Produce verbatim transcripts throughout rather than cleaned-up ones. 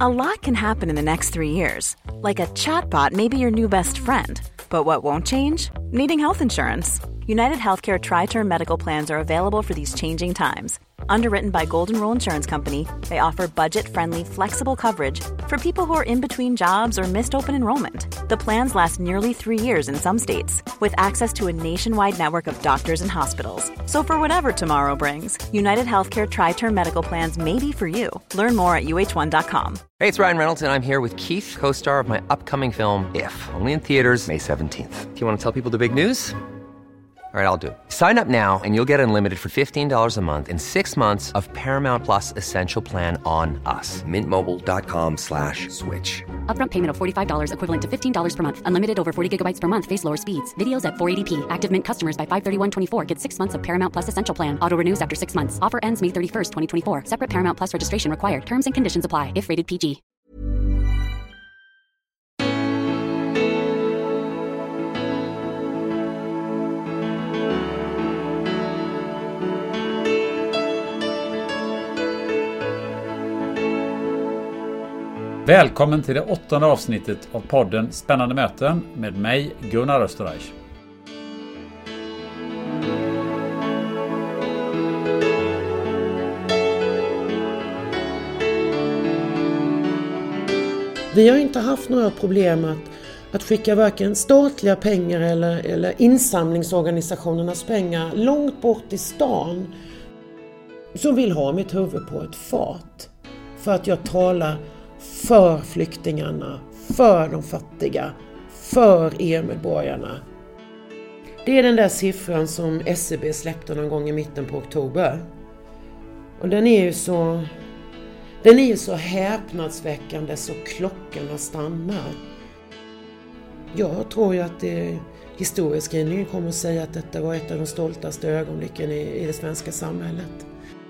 A lot can happen in the next three years. Like a chatbot may be your new best friend. But what won't change? Needing health insurance. United Healthcare Tri-Term Medical Plans are available for these changing times. Underwritten by Golden Rule Insurance Company, they offer budget-friendly, flexible coverage for people who are in between jobs or missed open enrollment. The plans last nearly three years in some states, with access to a nationwide network of doctors and hospitals. So for whatever tomorrow brings, United Healthcare Tri-Term Medical Plans may be for you. Learn more at U H one dot com. Hey, it's Ryan Reynolds, and I'm here with Keith, co-star of my upcoming film, If, only in theaters May seventeenth. Do you want to tell people the big news? All right, I'll do it. Sign up now and you'll get unlimited for fifteen dollars a month and six months of Paramount Plus Essential Plan on us. Mint Mobile dot com slash switch. Upfront payment of forty-five dollars equivalent to fifteen dollars per month. Unlimited over forty gigabytes per month. Face lower speeds. Videos at four eighty p. Active Mint customers by five thirty-one twenty-four get six months of Paramount Plus Essential Plan. Auto renews after six months. Offer ends May thirty-first, twenty twenty-four. Separate Paramount Plus registration required. Terms and conditions apply if rated P G. Välkommen till det åttonde avsnittet av podden Spännande möten med mig, Gunnar Österreich. Vi har inte haft några problem att, att skicka varken statliga pengar eller, eller insamlingsorganisationernas pengar långt bort i stan som vill ha mitt huvud på ett fat. För att jag talar för flyktingarna, för de fattiga, för E U-medborgarna. Det är den där siffran som S C B släppte någon gång i mitten på oktober. Och den är ju så, den är ju så häpnadsväckande så klockorna stannar. Jag tror ju att det, historieskrivningen kommer att säga att detta var ett av de stoltaste ögonblicken i, i det svenska samhället.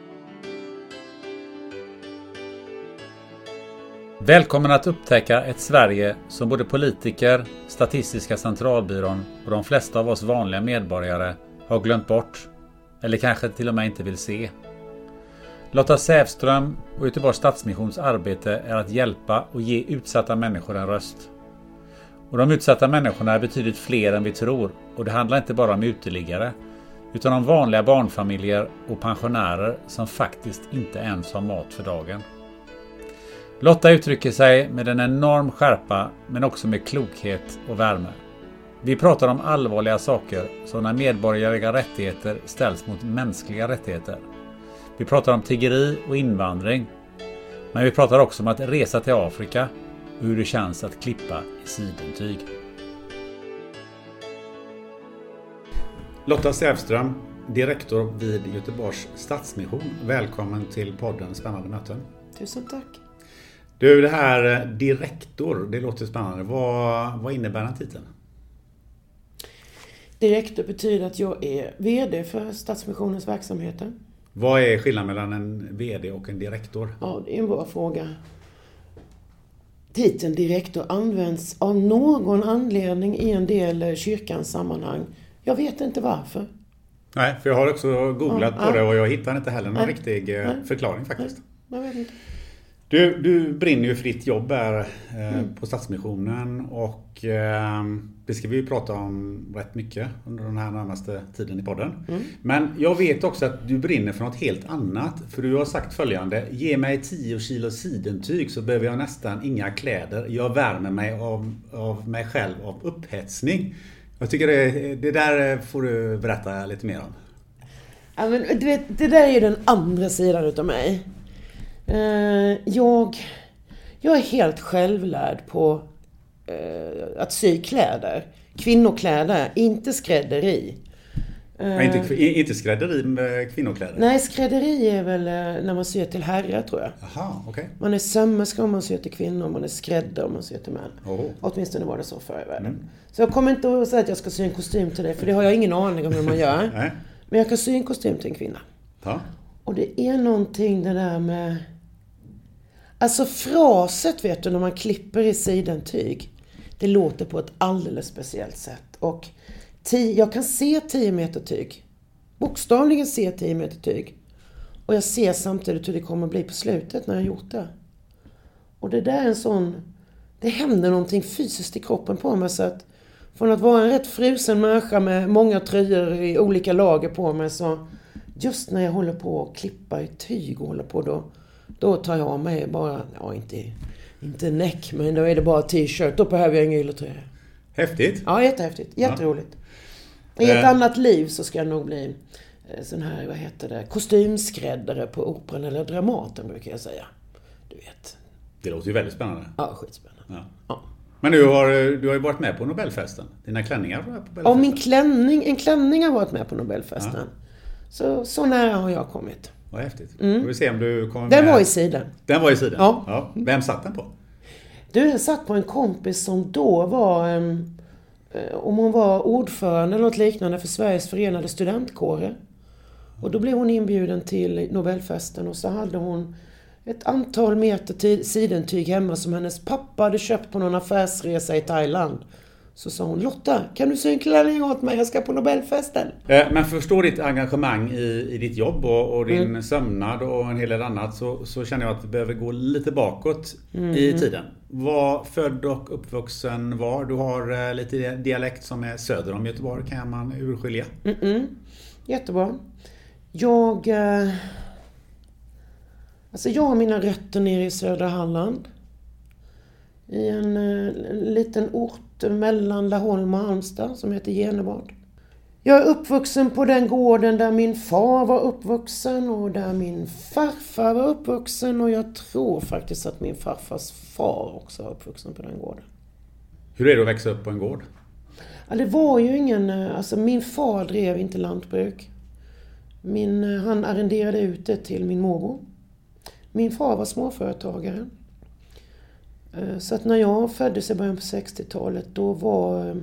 Välkommen att upptäcka ett Sverige som både politiker, Statistiska centralbyrån och de flesta av oss vanliga medborgare har glömt bort eller kanske till och med inte vill se. Lotta Sävström och Göteborgs Stadsmissions arbete är att hjälpa och ge utsatta människor en röst. Och de utsatta människorna är betydligt fler än vi tror, och det handlar inte bara om uteliggare utan om vanliga barnfamiljer och pensionärer som faktiskt inte ens har mat för dagen. Lotta uttrycker sig med en enorm skärpa men också med klokhet och värme. Vi pratar om allvarliga saker som när medborgerliga rättigheter ställs mot mänskliga rättigheter. Vi pratar om tiggeri och invandring. Men vi pratar också om att resa till Afrika och hur det känns att klippa i sidentyg. Lotta Sävström, direktor vid Göteborgs Stadsmission. Välkommen till podden Spännande möten. Tusen tack. Du, det här direktor, det låter spännande. Vad, vad innebär den titeln? Direktor betyder att jag är vd för Stadsmissionens verksamheter. Vad är skillnaden mellan en vd och en direktor? Ja, det är en bra fråga. Titeln direktor används av någon anledning i en del kyrkans sammanhang. Jag vet inte varför. Nej, för jag har också googlat ja, på ja. det och jag hittar inte heller någon Nej. riktig Nej. förklaring faktiskt. Nej, jag vet inte. Du, du brinner ju för ditt jobb här eh, Mm. på Stadsmissionen och eh, det ska vi ju prata om rätt mycket under den här närmaste tiden i podden. Mm. Men jag vet också att du brinner för något helt annat, för du har sagt följande: ge mig tio kilo sidentyg så behöver jag nästan inga kläder. Jag värmer mig av, av mig själv av upphetsning. Jag tycker det, det där får du berätta lite mer om. Ja, men, du vet, det där är ju den andra sidan utav mig. Uh, jag, jag är helt självlärd på uh, att sy kläder. Kvinnokläder, inte skrädderi. Uh, Men inte, inte skrädderi med kvinnokläder? Nej, skrädderi är väl uh, när man syr till herrar, tror jag. Aha, okay. Man är sömmerska om man syr till kvinnor, man är skräddare om man syr till män. Oh. Åtminstone var det så förr i världen. Mm. Så jag kommer inte att säga att jag ska sy en kostym till dig, för det har jag ingen aning om hur man gör. Nej. Men jag kan sy en kostym till en kvinna. Ja. Och det är någonting det där med... Alltså fraset, vet du, när man klipper i sidentyg, det låter på ett alldeles speciellt sätt. Och tio, jag kan se tio meter tyg. Bokstavligen se tio meter tyg. Och jag ser samtidigt hur det kommer att bli på slutet när jag har gjort det. Och det där är en sån... Det händer någonting fysiskt i kroppen på mig, så att från att vara en rätt frusen människa med många tröjor i olika lager på mig, så just när jag håller på att klippa i tyg och håller på då, då tar jag av mig bara, ja inte, inte näck, men då är det bara t-shirt, då behöver jag en ylletröja. Häftigt. Ja, jättehäftigt, jätteroligt. I ett äh. annat liv så ska jag nog bli sån här, vad heter det, kostymskräddare på operan eller Dramaten brukar jag säga. Du vet. Det låter ju väldigt spännande. Ja, skitspännande. Ja. Ja. Men du har, du har ju varit med på Nobelfesten. Dina klänningar var med på Nobelfesten. Ja, min klänning, en klänning har varit med på Nobelfesten. Ja. Så, så nära har jag kommit. Vad häftigt. Mm. Vi får se om du kommer den med. var i sidan. Den var i sidan? Ja. Ja. Vem satt den på? Du, den satt på en kompis som då var, um, om hon var ordförande eller något liknande för Sveriges förenade studentkårer. Och då blev hon inbjuden till Nobelfesten och så hade hon ett antal meter t- sidentyg hemma som hennes pappa hade köpt på någon affärsresa i Thailand. Så sa hon, Lotta, kan du sy en klänning åt mig? Jag ska på Nobelfesten. Eh, men förstår ditt engagemang i, i ditt jobb och, och din mm. sömnad och en hel del annat, så, så känner jag att det behöver gå lite bakåt mm. i tiden. Var född och uppvuxen var? Du har eh, lite dialekt som är söder om Göteborg, kan man urskilja? Mm-mm. Jättebra. Jag... Eh... Alltså jag har mina rötter nere i södra Halland. I en, en liten ort mellan Laholm och Halmstad som heter Genebad. Jag är uppvuxen på den gården där min far var uppvuxen och där min farfar var uppvuxen. Och jag tror faktiskt att min farfars far också var uppvuxen på den gården. Hur är det att växa upp på en gård? Ja, det var ju ingen... Alltså min far drev inte lantbruk. Min, han arrenderade ut det till min morbror. Min far var småföretagare. Så att när jag föddes i början på sextiotalet, då var...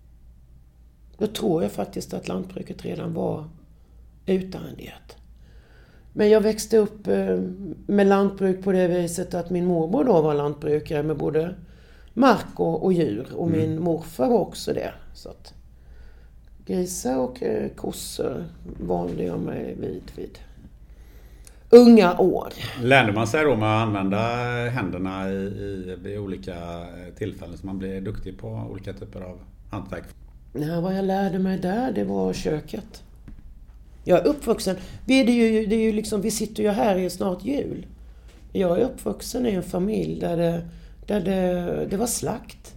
Då tror jag faktiskt att lantbruket redan var utarrenderat. Men jag växte upp med lantbruk på det viset att min morbror då var lantbrukare med både mark och, och djur. Och mm. min morfar var också det. Så att grisar och kossor valde jag mig vid vid. Unga år. Lärde man sig då med att använda händerna i, i, i olika tillfällen så man blir duktig på olika typer av hantverk? Nej, vad jag lärde mig där, det var köket. Jag är uppvuxen. Vi, det är ju, det är ju liksom, vi sitter ju här i snart jul. Jag är uppvuxen i en familj där det, där det, det var slakt.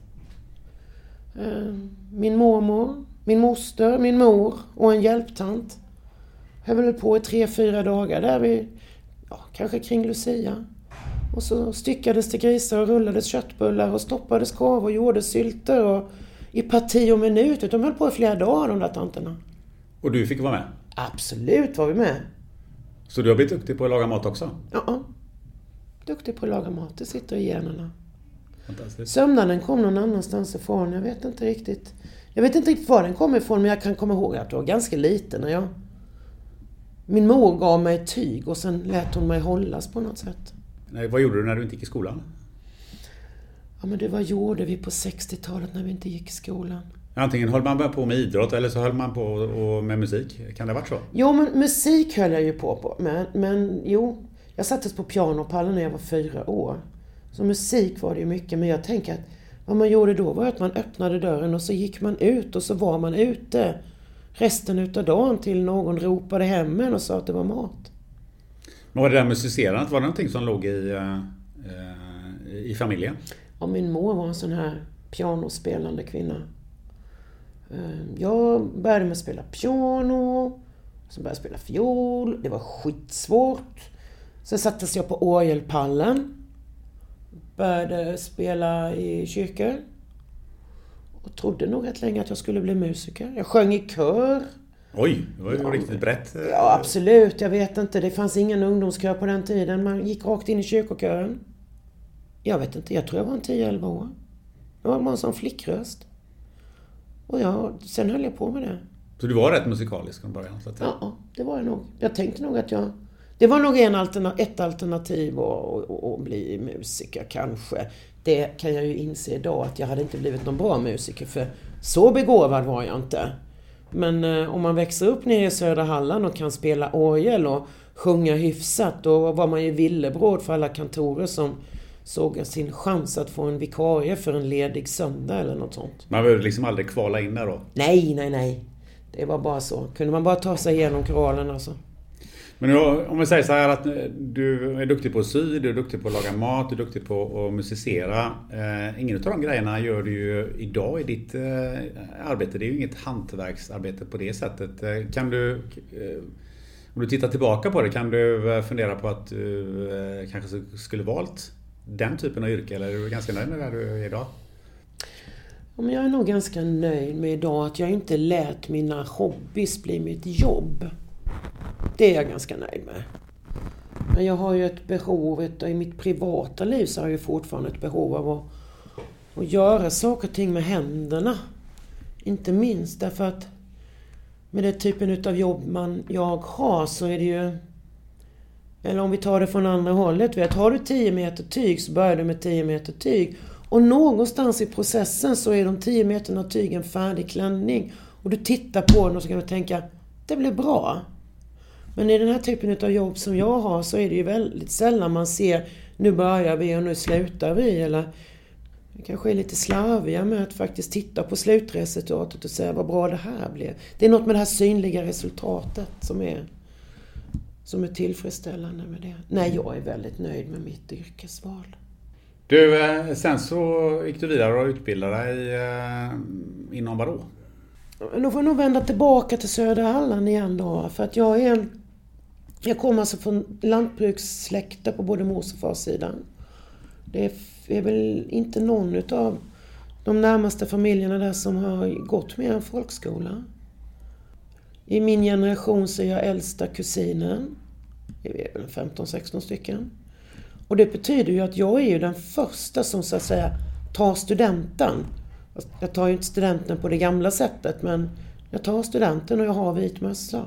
Min mormor, min moster, min mor och en hjälptant höll väl på i tre, fyra dagar där vi, ja, kanske kring Lucia. Och så styckades det grisar och rullades köttbullar och stoppades korv och gjordes sylter och i parti och minut. De höll på i flera dagar, de där tanterna. Och du fick vara med? Absolut var vi med. Så du har blivit duktig på att laga mat också? Ja, duktig på att laga mat. Det sitter i generna. Fantastiskt. Sömnaden kom någon annanstans ifrån. Jag vet inte riktigt. Jag vet inte riktigt var den kom ifrån, men jag kan komma ihåg att jag var ganska liten när jag... Min mor gav mig tyg och sen lät hon mig hållas på något sätt. Nej, vad gjorde du när du inte gick i skolan? Ja, men det vad gjorde vi på sextiotalet när vi inte gick i skolan? Antingen höll man på med idrott eller så höll man på med musik. Kan det ha varit så? Jo, men musik höll jag ju på på. Men, men jo, jag sattes på pianopallen när jag var fyra år. Så musik var det ju mycket. Men jag tänker att vad man gjorde då var att man öppnade dörren och så gick man ut och så var man ute resten utav dagen till någon ropade hem en och sa att det var mat. Men var det där musicerandet, var det någonting som låg i, uh, i familjen? Ja, min mor var en sån här pianospelande kvinna. Jag började med att spela piano, sen började jag spela fiol. Det var skitsvårt. Sen sattes jag på orgelpallen. Började spela i kyrkor. Och trodde nog rätt länge att jag skulle bli musiker. Jag sjöng i kör. Oj, det var ju ja, riktigt brett. Ja, absolut. Jag vet inte. Det fanns ingen ungdomskör på den tiden. Man gick rakt in i kyrkokören. Jag vet inte. Jag tror jag var en tio elva år. Jag var bara en sån flickröst. Och ja, sen höll jag på med det. Så du var rätt musikalisk från början? Så att jag... Ja, det var jag nog. Jag tänkte nog att jag... Det var nog en alterna... ett alternativ att, att, att bli musiker kanske. Det kan jag ju inse idag att jag hade inte blivit någon bra musiker. För så begåvad var jag inte. Men eh, om man växer upp nere i södra Halland och kan spela orgel och sjunga hyfsat. Då var man ju villebråd för alla kantorer som, såg sin chans att få en vikarie för en ledig söndag eller något sånt. Man behövde liksom aldrig kvala in där då? Nej, nej, nej. Det var bara så. Kunde man bara ta sig igenom kralen alltså. Men om vi säger så här att du är duktig på att sy, du är duktig på att laga mat, du är duktig på att musicera. Eh, ingen av de grejerna gör du ju idag i ditt eh, arbete. Det är ju inget hantverksarbete på det sättet. Eh, kan du, eh, om du tittar tillbaka på det, kan du fundera på att du eh, kanske skulle valt den typen av yrke? Eller är du ganska nöjd med det du är idag? Ja, men jag är nog ganska nöjd med idag att jag inte lät mina hobbys bli mitt jobb. Det är jag ganska nöjd med. Men jag har ju ett behov, ett, i mitt privata liv så har jag ju fortfarande ett behov av att, att göra saker och ting med händerna. Inte minst därför att med den typen av jobb man, jag har så är det ju, eller om vi tar det från andra hållet, vet, har du tio meter tyg så börjar du med tio meter tyg. Och någonstans i processen så är de tio meterna tyg en färdig klänning. Och du tittar på den och så kan du tänka, det blir bra. Men i den här typen av jobb som jag har så är det ju väldigt sällan man ser, nu börjar vi och nu slutar vi. Eller vi kanske är lite slarviga med att faktiskt titta på slutresultatet och säga vad bra det här blev. Det är något med det här synliga resultatet som är, som är tillfredsställande med det. Nej, jag är väldigt nöjd med mitt yrkesval. Du, sen så gick du vidare och utbildade dig inom vad då? Nu får jag nog vända tillbaka till Söderhalland igen då. För att jag är en, jag kommer alltså från lantbrukssläkter på både mors och fars sidan. Det är väl inte någon av de närmaste familjerna där som har gått med en folkskola. I min generation så är jag äldsta kusinen. Vi är väl femton sexton stycken. Och det betyder ju att jag är ju den första som så att säga tar studenten. Jag tar ju inte studenten på det gamla sättet, men jag tar studenten och jag har vit mössa.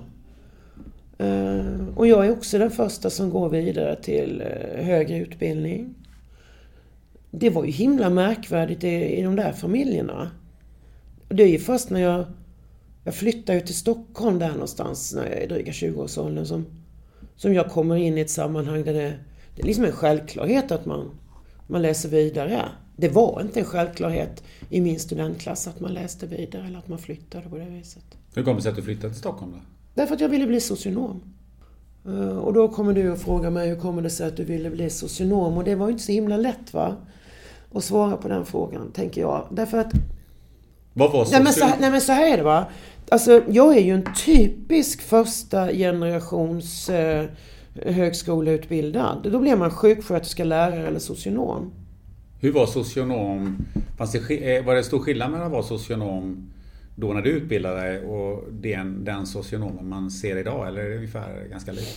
Och jag är också den första som går vidare till högre utbildning. Det var ju himla märkvärdigt i, i de där familjerna. Det är ju först när jag, jag flyttade till Stockholm där någonstans när jag är dryga tjugo-årsåldern som, som jag kommer in i ett sammanhang där det, det är liksom en självklarhet att man, man läser vidare. Det var inte en självklarhet i min studentklass att man läste vidare eller att man flyttade på det viset. Hur kommer det sig att du flyttade till Stockholm då? Därför att jag ville bli socionom. Och då kommer du att fråga mig hur kommer det sig att du ville bli socionom? Och det var ju inte så himla lätt va? Att svara på den frågan, tänker jag. Därför att... Vad var socionom? Nej men, så, nej men så här är det va? Alltså jag är ju en typisk första generations eh, högskoleutbildad. Då blir man sjuksköterska, lärare eller socionom. Hur var socionom? Fanns det, var det stor skillnad mellan att vara socionom då när du utbildade dig och den, den socionomen man ser idag? Eller är det ungefär ganska likt?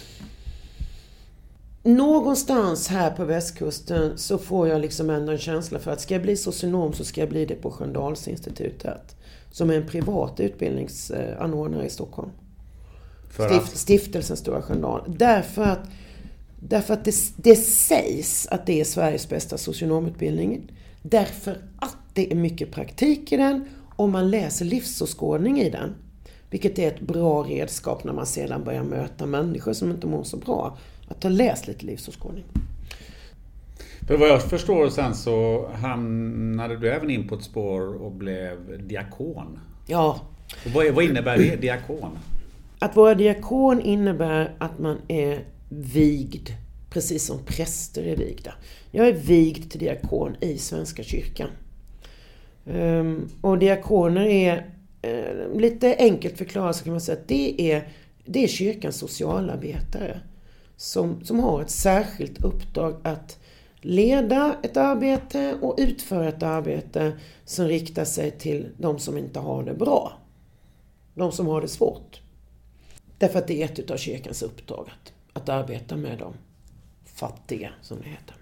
Någonstans här på västkusten så får jag liksom ändå en känsla för att ska jag bli socionom så ska jag bli det på Sköndalsinstitutet. Som är en privat utbildningsanordnare i Stockholm. För Stift, att? Stiftelsen Stora Sköndal. Därför att Därför att det, det sägs att det är Sveriges bästa socionomutbildning. Därför att det är mycket praktik i den och man läser livsåskådning i den. Vilket är ett bra redskap när man sedan börjar möta människor som inte mår så bra. Att ha läst lite livsåskådning. För vad jag förstår sen så hamnade du även in på ett spår och blev diakon. Ja. Och vad, vad innebär det, diakon? Att vara diakon innebär att man är vigd, precis som präster är vigda. Jag är vigd till diakon i Svenska kyrkan. Um, och diakoner är, uh, lite enkelt förklarat så kan man säga att det är, det är kyrkans socialarbetare som, som har ett särskilt uppdrag att leda ett arbete och utföra ett arbete som riktar sig till de som inte har det bra. De som har det svårt. Därför att det är ett av kyrkans uppdrag att Att arbeta med de fattiga, som det heter.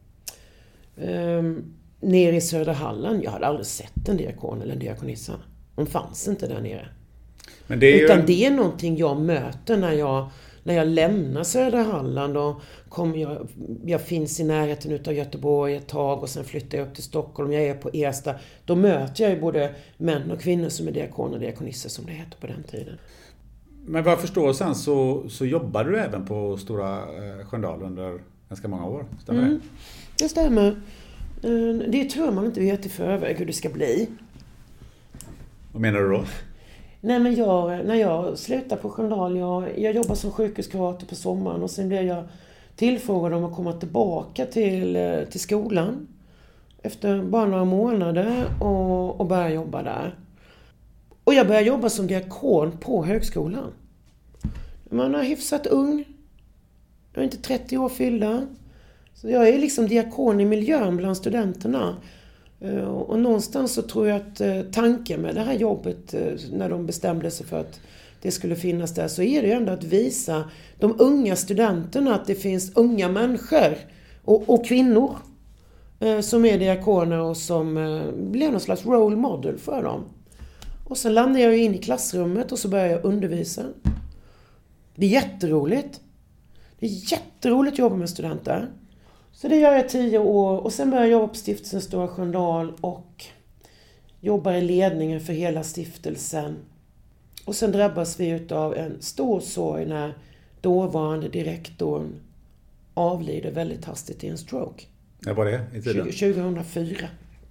Ehm, nere i Söderhalland, jag hade aldrig sett en diakon eller en diakonissa. De fanns inte där nere. Men det är Utan ju... det är någonting jag möter när jag, när jag lämnar Söderhalland. Och kommer jag, jag finns i närheten av Göteborg ett tag och sen flyttar jag upp till Stockholm. Jag är på Ersta. Då möter jag ju både män och kvinnor som är diakoner och diakonisser, som det heter på den tiden. Men vad jag förstår sen så, så jobbar du även på Stora Sköndal under ganska många år. Stämmer mm, det? Det stämmer. Det tror man inte vet i förväg hur det ska bli. Vad menar du då? Nej, men jag, när jag slutar på Sköndal, jag, jag jobbar som sjukhuskurator på sommaren och sen blir jag tillfrågad om att komma tillbaka till, till skolan efter bara några månader och, och börja jobba där. Och jag började jobba som diakon på högskolan. Man är hyfsat ung. Jag är inte trettio år fyllda. Så jag är liksom diakon i miljön bland studenterna. Och någonstans så tror jag att tanken med det här jobbet, när de bestämde sig för att det skulle finnas där, så är det ju ändå att visa de unga studenterna att det finns unga människor och, och kvinnor som är diakoner och som blir någon slags role model för dem. Och sen landar jag in i klassrummet och så börjar jag undervisa. Det är jätteroligt. Det är jätteroligt att jobba med studenter. Så det gör jag tio år och sen börjar jag jobba på stiftelsen Stora Sköndal och jobbar i ledningen för hela stiftelsen. Och sen drabbas vi av en stor sorg när dåvarande direktorn avlider väldigt hastigt i en stroke. Ja, var det i tiden? tjugohundrafyra.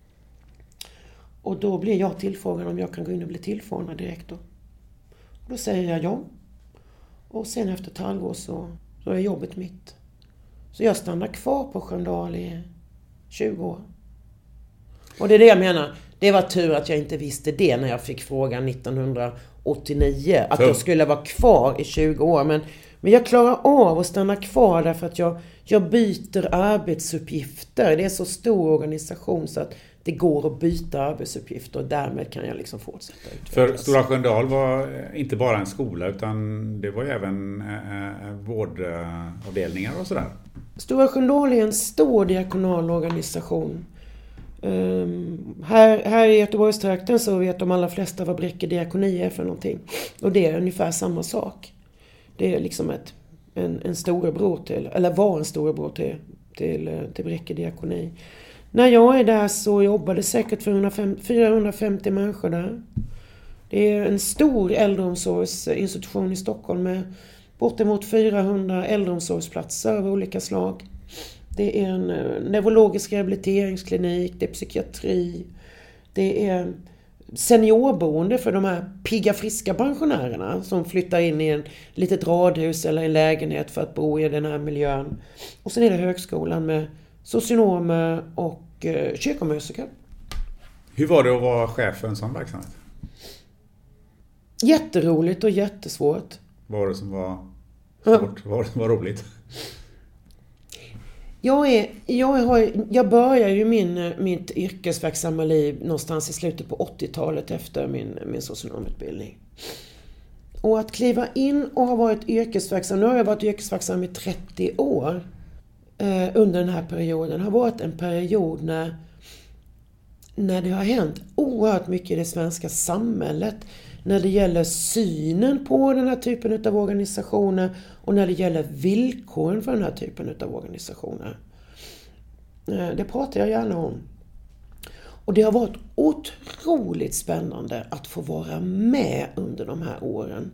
Och då blir jag tillfrågad om jag kan gå in och bli tillförordnad direktor. Och då säger jag ja. Och sen efter ett halvår så, så är jobbet mitt. Så jag stannar kvar på Sköndal i tjugo år. Och det är det jag menar. Det var tur att jag inte visste det när jag fick frågan nittonhundraåttionio. Att jag skulle vara kvar i tjugo år. Men, men jag klarar av att stanna kvar därför att jag, jag byter arbetsuppgifter. Det är en så stor organisation så att det går att byta arbetsuppgifter. Och därmed kan jag liksom fortsätta utvecklas. För Stora Sköndal var inte bara en skola utan det var ju även eh, vårdavdelningar och sådär. Stora Sköndal är en stor diakonal organisation. Um, här, här i Göteborgstrakten så vet de allra flesta vad Bräcke diakoni är för någonting. Och det är ungefär samma sak. Det är liksom ett, en, en storebror till, eller var en storebror till, till, till Bräcke diakoni. När jag är där så jobbar det säkert fyrahundrafemtio människor där. Det är en stor äldreomsorgsinstitution i Stockholm med bortemot fyrahundra äldreomsorgsplatser av olika slag. Det är en neurologisk rehabiliteringsklinik, det är psykiatri, det är seniorboende för de här pigga friska pensionärerna som flyttar in i en litet radhus eller en lägenhet för att bo i den här miljön. Och sen är det högskolan med socionomer och eh, kyrkomusiker. Hur var det att vara chef för en sån verksamhet? Jätteroligt och jättesvårt. Vad var det som var svårt? Vad var det som var roligt? Jag, är, jag, har, jag började ju min, mitt yrkesverksamma liv någonstans i slutet på åttiotalet efter min, min socionomutbildning. Och att kliva in och ha varit yrkesverksam, nu har jag varit yrkesverksam i trettio år eh, under den här perioden, har varit en period när, när det har hänt oerhört mycket i det svenska samhället. När det gäller synen på den här typen av organisationer och när det gäller villkoren för den här typen av organisationer. Det pratar jag gärna om. Och det har varit otroligt spännande att få vara med under de här åren.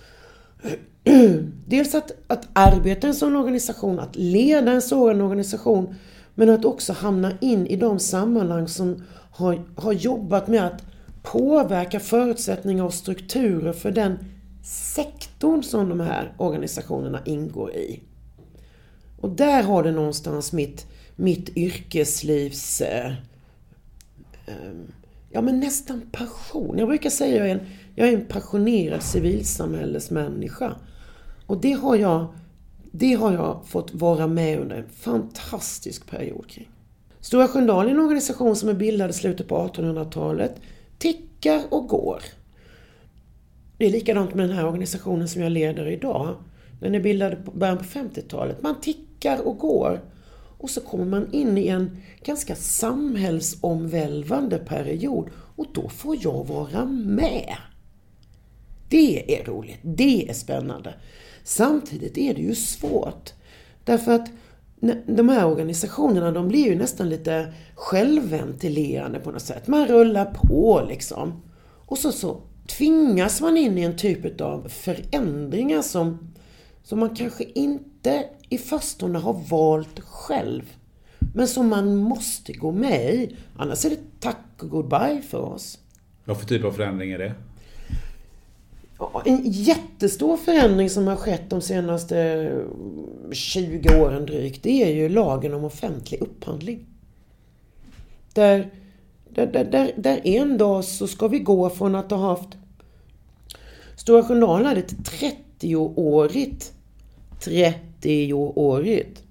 Dels att, att arbeta i en sån organisation, att leda en sådan organisation, men att också hamna in i de sammanhang som har, har jobbat med att påverka förutsättningar och strukturer för den sektorn som de här organisationerna ingår i. Och där har det någonstans mitt, mitt yrkeslivs eh, eh, ja men nästan passion. Jag brukar säga att jag är en, jag är en passionerad civilsamhällesmänniska. Och det har jag, det har jag fått vara med under en fantastisk period kring. Stora Sköndal är en organisation som är bildad i slutet på artonhundratalet. Tickar och går. Det är likadant med den här organisationen som jag leder idag. Den är bildad på början på femtiotalet. Man tickar och går. Och så kommer man in i en ganska samhällsomvälvande period. Och då får jag vara med. Det är roligt. Det är spännande. Samtidigt är det ju svårt. Därför att de här organisationerna, de blir ju nästan lite självventilerande på något sätt. Man rullar på liksom. Och så, så tvingas man in i en typ av förändringar som, som man kanske inte i förstone har valt själv, men som man måste gå med i. Annars är det tack och goodbye för oss. Vad för typ av förändring är det? En jättestor förändring som har skett de senaste tjugo åren drygt, det är ju lagen om offentlig upphandling. Där, där, där, där en dag så ska vi gå från att ha haft Stora Sköndal hade ett trettio-årigt trettio-årigt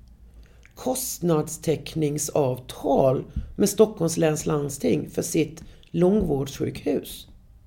kostnadstäckningsavtal med Stockholms läns landsting för sitt långvårdssjukhus.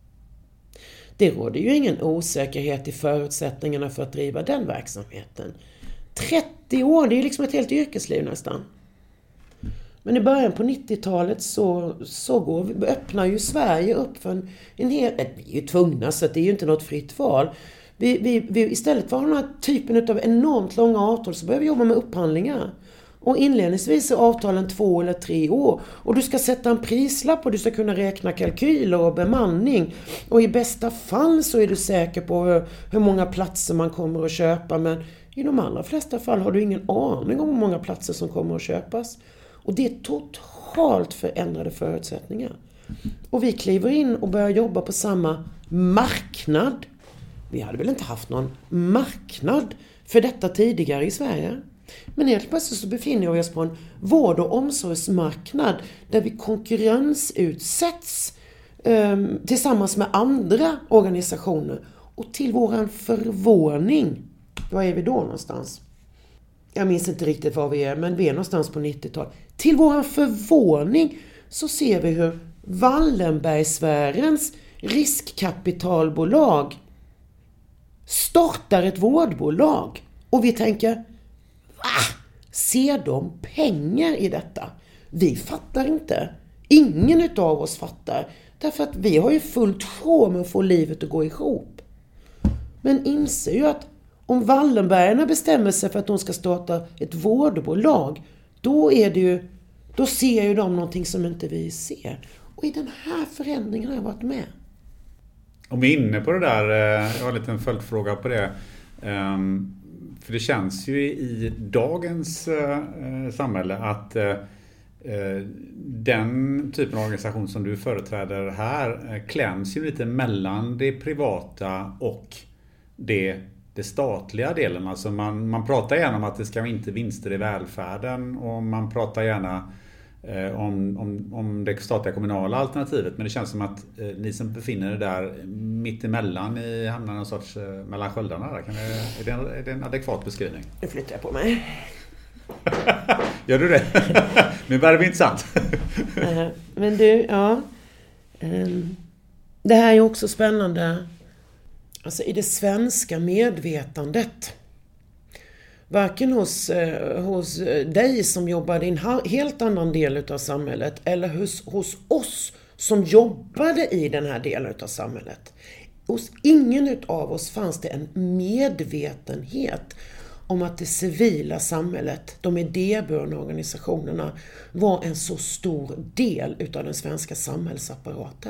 Det råder ju ingen osäkerhet i förutsättningarna för att driva den verksamheten. trettio år, det är ju liksom ett helt yrkesliv nästan. Men i början på nittiotalet så, så går vi, öppnar ju Sverige upp för en, en hel... Vi är ju tvungna, så det är ju inte något fritt val. Vi, vi, vi, istället för den här typen av enormt långa avtal så börjar vi jobba med upphandlingar. Och inledningsvis är avtalen två eller tre år. Och du ska sätta en prislapp och du ska kunna räkna kalkyler och bemanning. Och i bästa fall så är du säker på hur, hur många platser man kommer att köpa. Men i de allra flesta fall har du ingen aning om hur många platser som kommer att köpas. Och det är totalt förändrade förutsättningar. Och vi kliver in och börjar jobba på samma marknad. Vi hade väl inte haft någon marknad för detta tidigare i Sverige. Men helt plötsligt så befinner vi oss på en vård- och omsorgsmarknad där vi konkurrensutsätts eh, tillsammans med andra organisationer. Och till våran förvåning, var är vi då någonstans? Jag minns inte riktigt var vi är, men vi är någonstans på nittiotalet. Till våran förvåning så ser vi hur Wallenbergsfärens riskkapitalbolag startar ett vårdbolag. Och vi tänker, va? Ser de pengar i detta? Vi fattar inte. Ingen av oss fattar. Därför att vi har ju fullt sjå med att få livet att gå ihop. Men inser ju att om Wallenbergarna bestämmer sig för att de ska starta ett vårdbolag, då är det ju, då ser ju de någonting som inte vi ser. Och i den här förändringen har jag varit med. Om vi är inne på det där, jag har en liten följdfråga på det. För det känns ju i dagens samhälle att den typen av organisation som du företräder här kläms ju lite mellan det privata och det, det statliga delen. Alltså man, man pratar gärna om att det ska inte vinster i välfärden, och man pratar gärna eh, om, om, om det statliga kommunala alternativet. Men det känns som att eh, ni som befinner er där mitt emellan i hamnar någon sorts eh, mellan sköldarna där. Kan det, är, det en, är det en adekvat beskrivning? Nu flyttar jag på mig. Gör du det? Nu börjar det bli intressant. Men du, ja. Det här är också spännande. Alltså i det svenska medvetandet. Varken hos, hos dig som jobbade i en helt annan del av samhället, eller hos, hos oss som jobbade i den här delen av samhället. Hos ingen av oss fanns det en medvetenhet om att det civila samhället, de idéburna organisationerna, var en så stor del utav den svenska samhällsapparaten.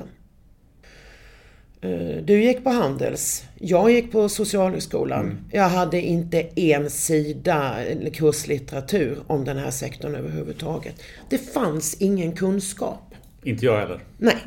Du gick på Handels, jag gick på Socialhögskolan. Mm. Jag hade inte en sida kurslitteratur om den här sektorn överhuvudtaget. Det fanns ingen kunskap. Inte jag heller. Nej.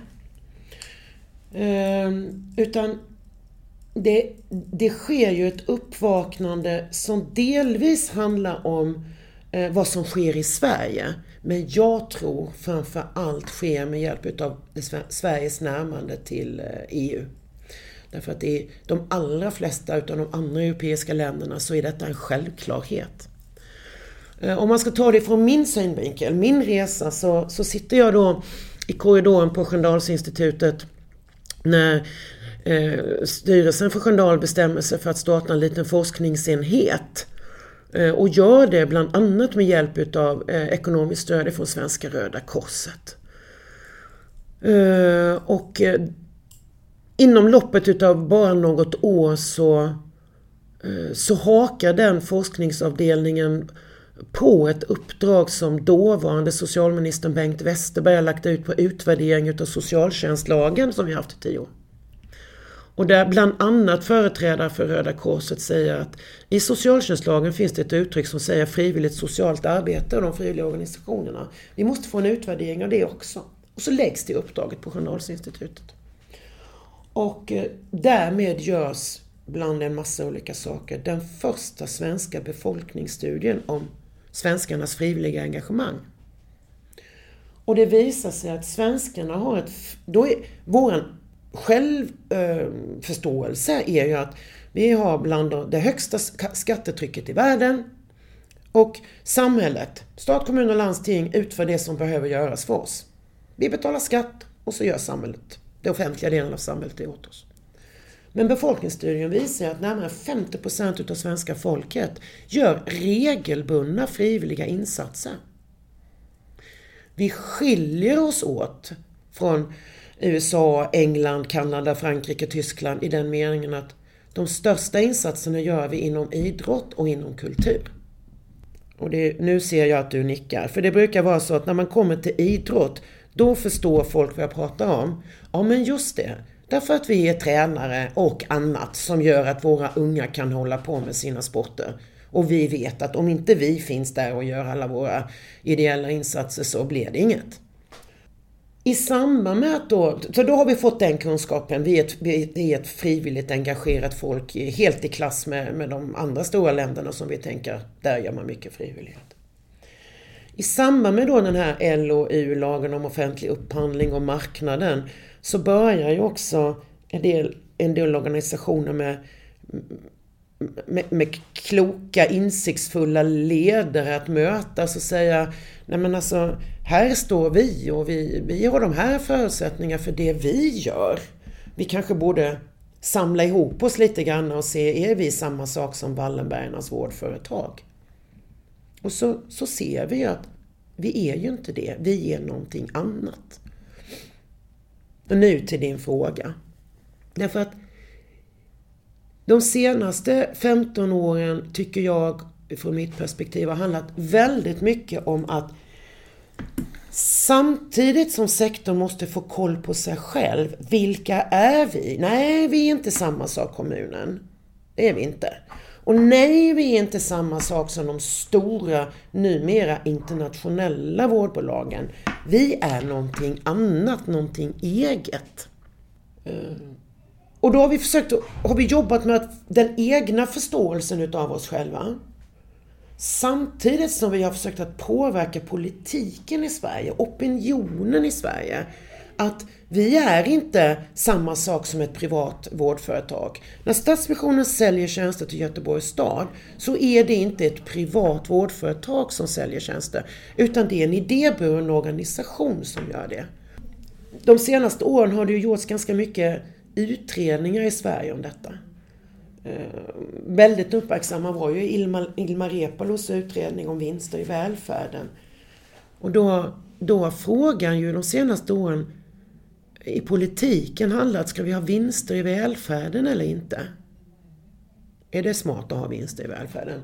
Ehm, utan det, det sker ju ett uppvaknande som delvis handlar om eh, vad som sker i Sverige. Men jag tror framför allt sker med hjälp av Sveriges närmande till E U. Därför att i de allra flesta av de andra europeiska länderna så är detta en självklarhet. Om man ska ta det från min synvinkel, min resa, så, så sitter jag då i korridoren på Sköndalsinstitutet när eh, styrelsen för Sköndal bestämmer sig för att starta en liten forskningsenhet. Och gör det bland annat med hjälp av eh, ekonomiskt stöd från Svenska Röda Korset. Eh, och eh, inom loppet utav bara något år så, eh, så hakar den forskningsavdelningen på ett uppdrag som dåvarande socialministern Bengt Westerberg har lagt ut på utvärdering utav socialtjänstlagen som vi har haft i tio år. Och där bland annat företrädare för Röda Korset säger att i socialtjänstlagen finns det ett uttryck som säger frivilligt socialt arbete och de frivilliga organisationerna. Vi måste få en utvärdering av det också. Och så läggs det uppdraget på Journalsinstitutet. Och eh, därmed görs bland en massa olika saker den första svenska befolkningsstudien om svenskarnas frivilliga engagemang. Och det visar sig att svenskarna har ett... Då är våran självförståelse är ju att vi har bland det högsta skattetrycket i världen och samhället, stat, kommun och landsting utför det som behöver göras för oss. Vi betalar skatt och så gör samhället, det offentliga delen av samhället det åt oss. Men befolkningsstudien visar att närmare femtio procent av svenska folket gör regelbundna frivilliga insatser. Vi skiljer oss åt från U S A, England, Kanada, Frankrike, Tyskland i den meningen att de största insatserna gör vi inom idrott och inom kultur. Och det, nu ser jag att du nickar. För det brukar vara så att när man kommer till idrott, då förstår folk vad jag pratar om. Ja, men just det. Därför att vi är tränare och annat som gör att våra unga kan hålla på med sina sporter. Och vi vet att om inte vi finns där och gör alla våra ideella insatser så blir det inget. I samband med att då, så då har vi fått den kunskapen, vi är ett, vi är ett frivilligt engagerat folk helt i klass med, med de andra stora länderna som vi tänker, där gör man mycket frivillighet. I samband med då den här L O U-lagen om offentlig upphandling och marknaden så börjar ju också en del, en del organisationer med, med, med kloka, insiktsfulla ledare att mötas och säga, nej men alltså, här står vi och vi, vi har de här förutsättningar för det vi gör. Vi kanske borde samla ihop oss lite grann och se, är vi samma sak som Wallenbergarnas vårdföretag? Och så, så ser vi att vi är ju inte det, vi är någonting annat. Och nu till din fråga. Därför att de senaste femton åren tycker jag från mitt perspektiv har handlat väldigt mycket om att samtidigt som sektorn måste få koll på sig själv, vilka är vi? Nej, vi är inte samma sak kommunen. Det är vi inte. Och nej, vi är inte samma sak som de stora, numera internationella vårdbolagen. Vi är någonting annat, någonting eget. Och då har vi försökt, har vi jobbat med att den egna förståelsen utav oss själva. Samtidigt som vi har försökt att påverka politiken i Sverige, opinionen i Sverige, att vi är inte samma sak som ett privat vårdföretag. När Stadsmissionen säljer tjänster till Göteborgs stad så är det inte ett privat vårdföretag som säljer tjänster, utan det är en idéburen organisation som gör det. De senaste åren har det ju gjorts ganska mycket utredningar i Sverige om detta. Eh, väldigt uppmärksamma var ju Ilmar, Ilmar Reepalus utredning om vinster i välfärden. Och då, då har frågan ju de senaste åren i politiken handlat, ska vi ha vinster i välfärden eller inte? Är det smart att ha vinster i välfärden?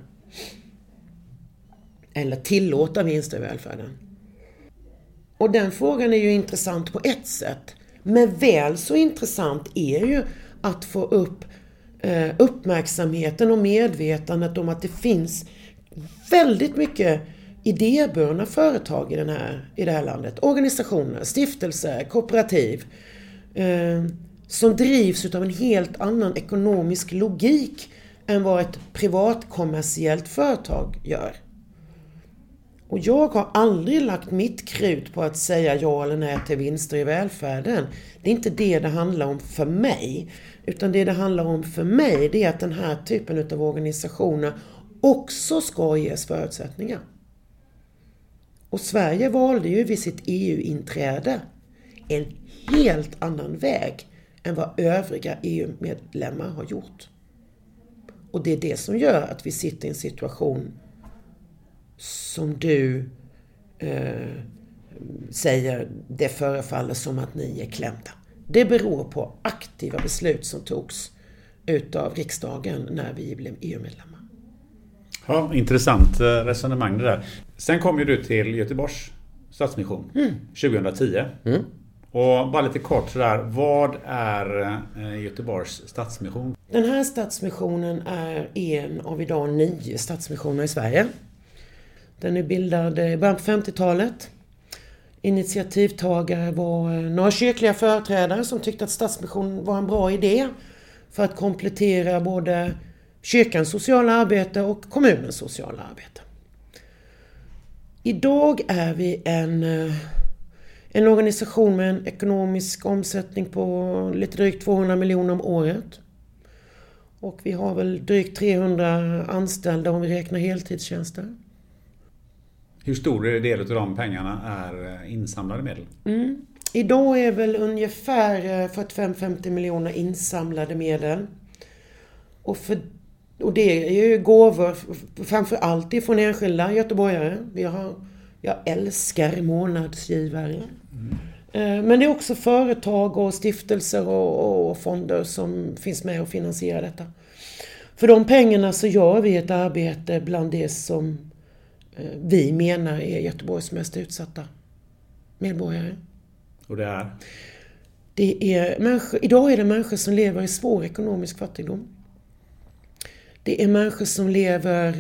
Eller tillåta vinster i välfärden? Och den frågan är ju intressant på ett sätt. Men väl så intressant är ju att få upp eh, uppmärksamheten och medvetandet om att det finns väldigt mycket idéburna företag i, den här, i det här landet. Organisationer, stiftelser, kooperativ eh, som drivs av en helt annan ekonomisk logik än vad ett privatkommersiellt företag gör. Och jag har aldrig lagt mitt krut på att säga ja eller nej till vinster i välfärden. Det är inte det det handlar om för mig. Utan det det handlar om för mig, det är att den här typen av organisationer också ska ges förutsättningar. Och Sverige valde ju vid sitt E U-inträde en helt annan väg än vad övriga E U-medlemmar har gjort. Och det är det som gör att vi sitter i en situation som du eh, säger, det förefaller som att ni är klämda. Det beror på aktiva beslut som togs utav riksdagen när vi blev E U-medlemmar. Ja, intressant resonemang det där. Sen kom ju du till Göteborgs Stadsmission mm. tjugohundratio. Mm. Och bara lite kort sådär, vad är Göteborgs Stadsmission? Den här stadsmissionen är en av idag nio stadsmissioner i Sverige. Den är bildad i början på femtiotalet. Initiativtagare var några kyrkliga företrädare som tyckte att stadsmission var en bra idé för att komplettera både kyrkans sociala arbete och kommunens sociala arbete. Idag är vi en, en organisation med en ekonomisk omsättning på lite drygt tvåhundra miljoner om året. Och vi har väl drygt trehundra anställda om vi räknar heltidstjänster. Hur stor del av de pengarna är insamlade medel? Mm. Idag är väl ungefär fyrtiofem till femtio miljoner insamlade medel. Och, för, och det är ju gåvor framför allt ifrån enskilda göteborgare. Vi har, jag älskar månadsgivare. Mm. Men det är också företag och stiftelser och, och fonder som finns med och finansierar detta. För de pengarna så gör vi ett arbete bland det som vi menar är Göteborgs mest utsatta medborgare. Och det är? Det är människor, idag är det människor som lever i svår ekonomisk fattigdom. Det är människor som lever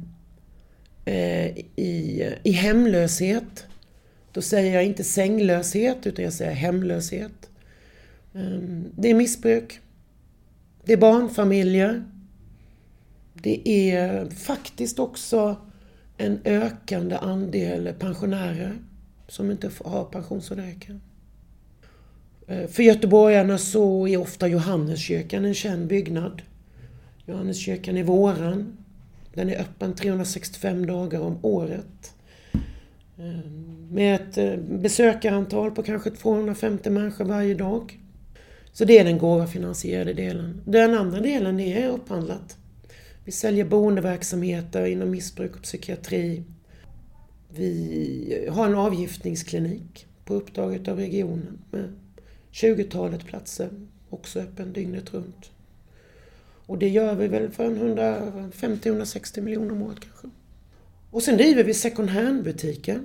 eh, i, i hemlöshet. Då säger jag inte sänglöshet utan jag säger hemlöshet. Eh, det är missbruk. Det är barnfamiljer. Det är faktiskt också en ökande andel pensionärer som inte har pension så det räcker. För göteborgarna så är ofta Johanneskyrkan en känd byggnad. Johanneskyrkan i våran. Den är öppen trehundrasextiofem dagar om året. Med ett besökarantal på kanske tvåhundrafemtio människor varje dag. Så det är den gåvafinansierade delen. Den andra delen är upphandlat. Vi säljer boendeverksamheter inom missbruk och psykiatri. Vi har en avgiftningsklinik på uppdraget av regionen med tjugotalet platser, också öppen dygnet runt. Och det gör vi väl för en hundrafemtio till hundrasextio miljoner om året kanske. Och sen driver vi second hand-butiker.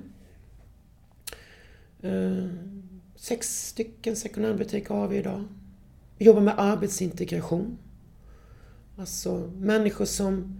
Sex stycken second hand-butiker har vi idag. Vi jobbar med arbetsintegration. Alltså människor som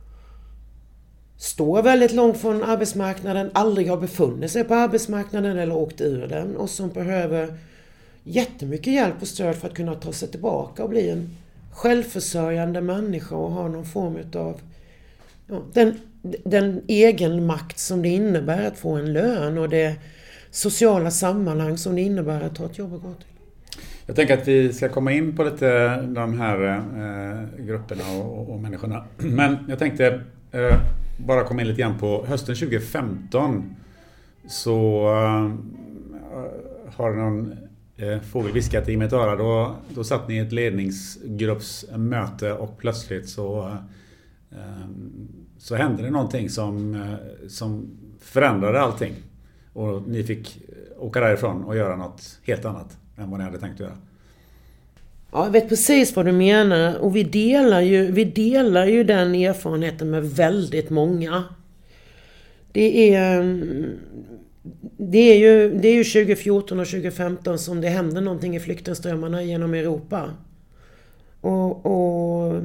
står väldigt långt från arbetsmarknaden, aldrig har befunnit sig på arbetsmarknaden eller åkt ur den och som behöver jättemycket hjälp och stöd för att kunna ta sig tillbaka och bli en självförsörjande människa och ha någon form av ja, den, den egen makt som det innebär att få en lön och det sociala sammanhang som det innebär att ha ett jobb att gå till. Jag tänker att vi ska komma in på lite de här eh, grupperna och, och människorna. Men jag tänkte eh, bara komma in lite grann på hösten tjugo femton så eh, har någon eh, fågel viskat i mitt öra. Då, då satt ni i ett ledningsgruppsmöte och plötsligt så, eh, så hände det någonting som, eh, som förändrade allting. Och ni fick åka därifrån och göra något helt annat än vad ni hade tänkt göra. Ja, jag vet precis vad du menar. Och vi delar ju, vi delar ju den erfarenheten med väldigt många. Det är, det är, ju, det är ju tjugo fjorton och tjugo femton som det händer någonting i flyktingströmmarna genom Europa. Och, och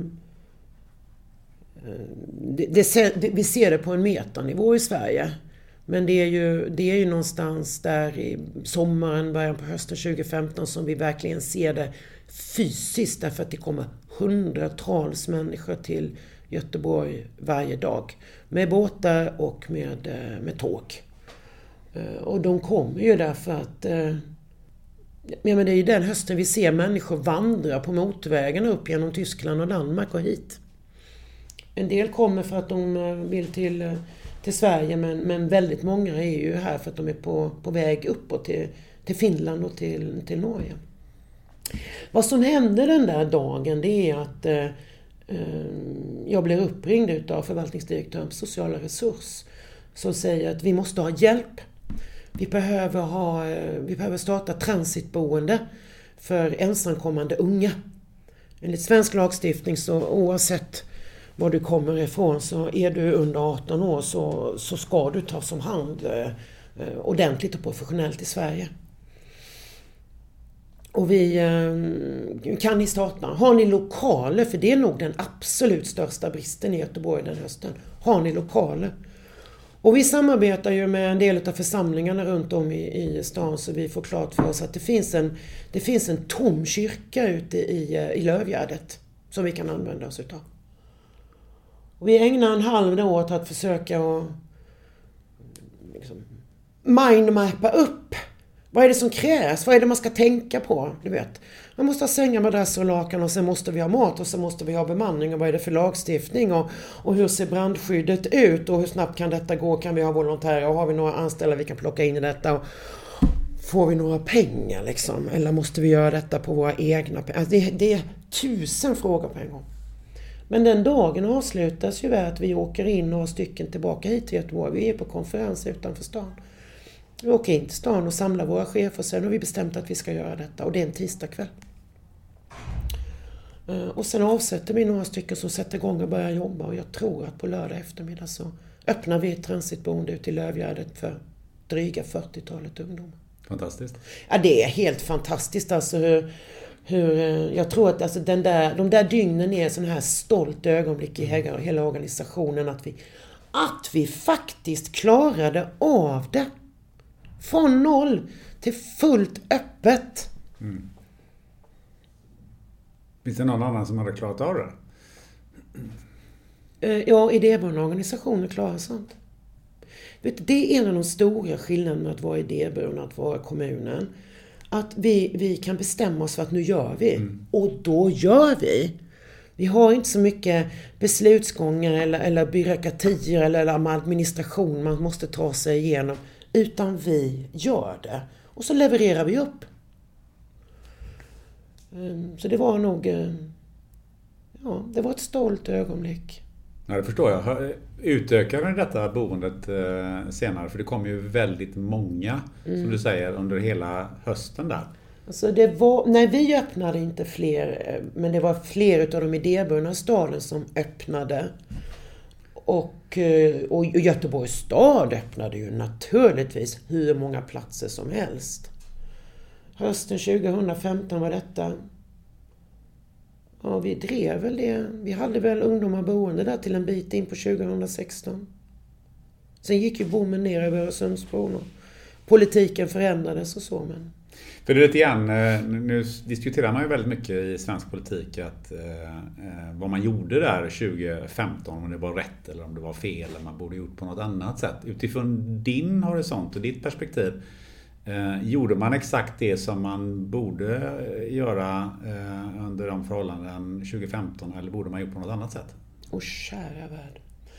det, det, vi ser det på en metanivå i Sverige. Men det är ju, det är ju någonstans där i sommaren, början på hösten tjugo femton som vi verkligen ser det fysiskt. Därför att det kommer hundratals människor till Göteborg varje dag. Med båtar och med, med tåg. Och de kommer ju därför att ja, men det är ju den hösten vi ser människor vandra på motorvägen upp genom Tyskland och Danmark och hit. En del kommer för att de vill till... till Sverige, men, men väldigt många är ju här för att de är på, på väg uppåt till, till Finland och till, till Norge. Vad som hände den där dagen det är att eh, jag blir uppringd av förvaltningsdirektören på sociala resurs som säger att vi måste ha hjälp. Vi behöver, ha, vi behöver starta transitboende för ensamkommande unga. Enligt svensk lagstiftning så oavsett var du kommer ifrån så är du under arton år så, så ska du tas om hand eh, ordentligt och professionellt i Sverige. Och vi, eh, kan ni starta? Har ni lokaler? För det är nog den absolut största bristen i Göteborg den hösten. Har ni lokaler? Och vi samarbetar ju med en del av församlingarna runt om i, i stan, så vi får klart för oss att det finns en, det finns en tom kyrka ute i, i Lövgärdet som vi kan använda oss utav. Och vi ägnar en halv år åt att försöka att liksom, mindmappa upp. Vad är det som krävs? Vad är det man ska tänka på? Du vet. Man måste ha sängar, madrasser och lakan, och sen måste vi ha mat, och sen måste vi ha bemanning, och vad är det för lagstiftning, och, och hur ser brandskyddet ut, och hur snabbt kan detta gå, kan vi ha volontärer, och har vi några anställda vi kan plocka in i detta, och får vi några pengar liksom, eller måste vi göra detta på våra egna pengar? Alltså det, det är tusen frågor på en gång. Men den dagen avslutas ju med att vi åker in några stycken tillbaka hit till Göteborg. Vi är på konferens utanför stan. Vi åker in till stan och samlar våra chefer, och sen har vi bestämt att vi ska göra detta. Och det är en tisdagkväll. Och sen avsätter vi några stycken som sätter igång och börjar jobba. Och jag tror att på lördag eftermiddag så öppnar vi ett transitboende ute i Lövgärdet för dryga fyrtiotalet ungdomar. Fantastiskt. Ja, det är helt fantastiskt alltså hur... Hur, jag tror att alltså den där, de där dygnen är sån här stolt ögonblick i hela, hela organisationen att vi, att vi faktiskt klarade av det. Från noll till fullt öppet. Mm. Finns det någon annan som hade klarat av det? Ja, idébundna organisationer klarar sånt. Vet, det är en av de stora skillnaderna med att vara idébunden och att vara kommunen. Att vi, vi kan bestämma oss för att nu gör vi. Mm. Och då gör vi. Vi har inte så mycket beslutsgångar eller, eller byråkratier eller, eller administration man måste ta sig igenom. Utan vi gör det. Och så levererar vi upp. Så det var nog... Ja, det var ett stolt ögonblick. Ja, det förstår jag. Utökade ni detta boendet eh, senare? För det kom ju väldigt många, mm. som du säger, under hela hösten där. Alltså det var, nej, vi öppnade inte fler, men det var fler av de idébundna staden som öppnade. Och, och Göteborgs stad öppnade ju naturligtvis hur många platser som helst. Hösten tjugohundrafemton var detta. Ja, vi drev väl det. Vi hade väl ungdomar boende där till en bit in på tjugohundrasexton. Sen gick ju bommen ner över Öresundsbron och politiken förändrades och så. Men... För det är lite grann, nu diskuterar man ju väldigt mycket i svensk politik att eh, vad man gjorde där tjugofemton, om det var rätt eller om det var fel eller man borde gjort på något annat sätt. Utifrån din horisont och ditt perspektiv, Eh, gjorde man exakt det som man borde göra eh, under de förhållanden tjugofemton, eller borde man gjort på något annat sätt? Åh, kära värld.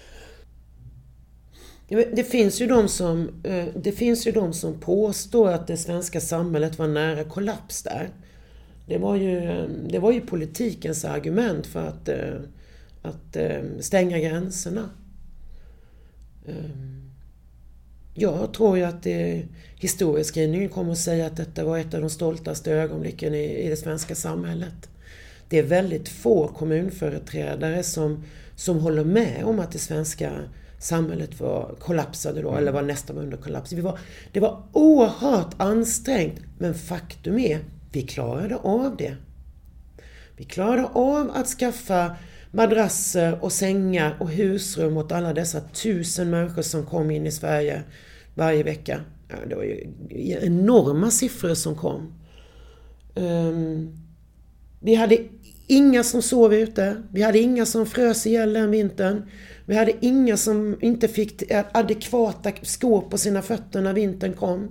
Det finns ju de som, eh, det finns ju de som påstår att det svenska samhället var nära kollaps där. Det var ju, det var ju politikens argument för att, eh, att eh, stänga gränserna. Eh, Jag tror ju att det, historieskrivningen kommer att säga att detta var ett av de stoltaste ögonblicken i, i det svenska samhället. Det är väldigt få kommunföreträdare som, som håller med om att det svenska samhället var kollapsade då, mm. eller var nästan under kollaps. Vi var, det var oerhört ansträngt, men faktum är, vi klarade av det. Vi klarade av att skaffa madrasser och sängar och husrum åt alla dessa tusen människor som kom in i Sverige varje vecka. Ja, det var ju enorma siffror som kom. Um, vi hade inga som sov ute. Vi hade inga som frös ihjäl den vintern. Vi hade inga som inte fick adekvata skor på sina fötter när vintern kom.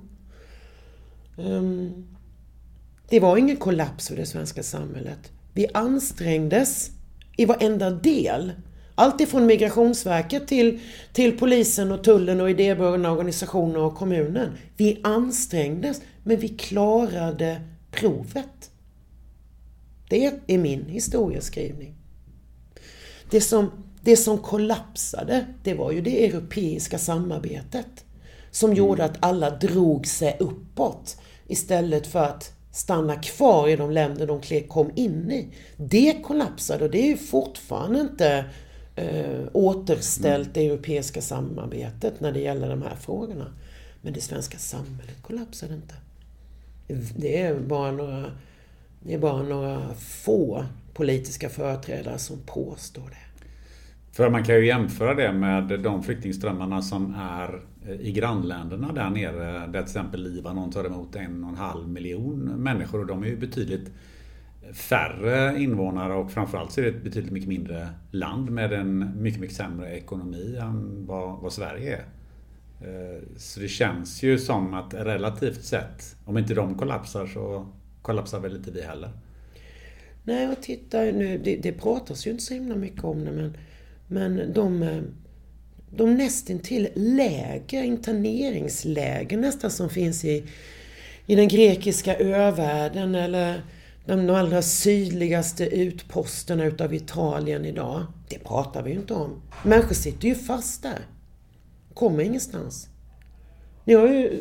Um, det var ingen kollaps för det svenska samhället. Vi ansträngdes i varenda del. Allt ifrån Migrationsverket till, till polisen och tullen och idébundna organisationer och kommunen. Vi ansträngdes, men vi klarade provet. Det är min historieskrivning. Det som, det som kollapsade, det var ju det europeiska samarbetet. Som mm. gjorde att alla drog sig uppåt istället för att stanna kvar i de länder de kom in i. Det kollapsade och det är ju fortfarande inte eh, återställt det europeiska samarbetet när det gäller de här frågorna. Men det svenska samhället kollapsade inte. Det är bara några, Det är bara några få politiska företrädare som påstår det. För man kan ju jämföra det med de flyktingströmmarna som är i grannländerna där nere. Där till exempel Libanon tar emot en och en halv miljon människor. Och de är ju betydligt färre invånare och framförallt så är det ett betydligt mycket mindre land med en mycket, mycket sämre ekonomi än vad, vad Sverige är. Så det känns ju som att relativt sett, om inte de kollapsar så kollapsar väl inte vi heller. Nej, och titta nu, det, det pratas ju inte så himla mycket om det, men, men de, de nästintill läger, interneringsläger nästan som finns i, i den grekiska övärlden eller de allra sydligaste utposterna utav Italien idag. Det pratar vi ju inte om. Människor sitter ju fast där. Kommer ingenstans. Ni har ju...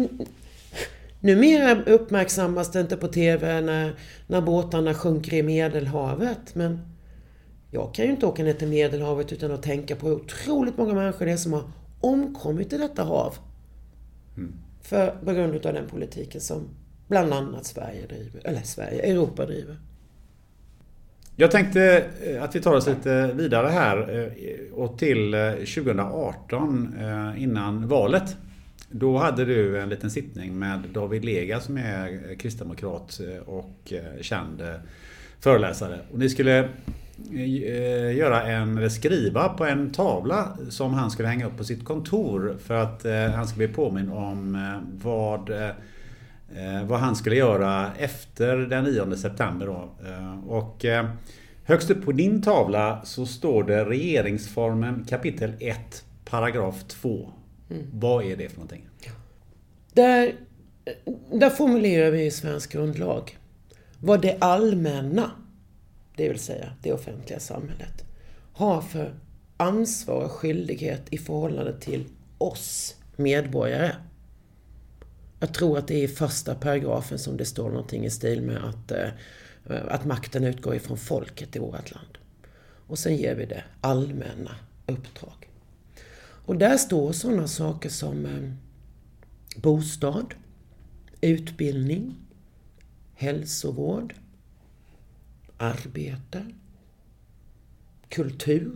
Numera uppmärksammas det inte på tv när, när båtarna sjunker i Medelhavet. Men jag kan ju inte åka ner till Medelhavet utan att tänka på hur otroligt många människor det är som har omkommit i detta hav. Mm. För, på grund av den politiken som bland annat Sverige driver, eller Sverige, Europa driver. Jag tänkte att vi tar oss lite vidare här och till tjugo arton innan valet. Då hade du en liten sittning med David Lega som är kristdemokrat och känd föreläsare. Och ni skulle göra en, eller skriva på en tavla som han skulle hänga upp på sitt kontor för att han skulle bli påminn om vad, vad han skulle göra efter den nionde september. Då. Och högst upp på din tavla så står det regeringsformen kapitel ett, paragraf två. Mm. Vad är det för någonting? Där, där formulerar vi i svensk grundlag vad det allmänna, det vill säga det offentliga samhället, har för ansvar och skyldighet i förhållande till oss medborgare. Jag tror att det är i första paragrafen som det står någonting i stil med att, att makten utgår ifrån folket i vårt land. Och sen ger vi det allmänna uppdrag. Och där står sådana saker som eh, bostad, utbildning, hälsovård, arbete, kultur.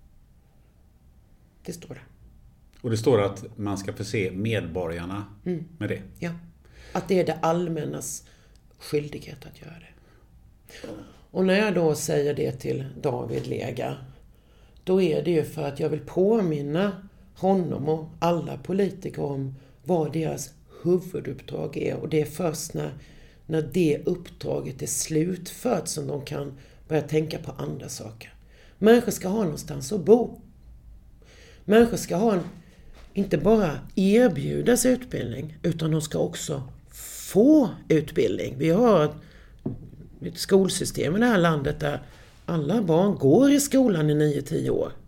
Det står det. Och det står att man ska förse medborgarna mm. med det? Ja, att det är det allmännas skyldighet att göra det. Och när jag då säger det till David Lega, då är det ju för att jag vill påminna honom och alla politiker om vad deras huvuduppdrag är. Och det är först när, när det uppdraget är slutfört som de kan börja tänka på andra saker. Människor ska ha någonstans att bo. Människor ska ha en, inte bara erbjudas utbildning, utan de ska också få utbildning. Vi har ett, ett skolsystem i det här landet där alla barn går i skolan i nio till tio år.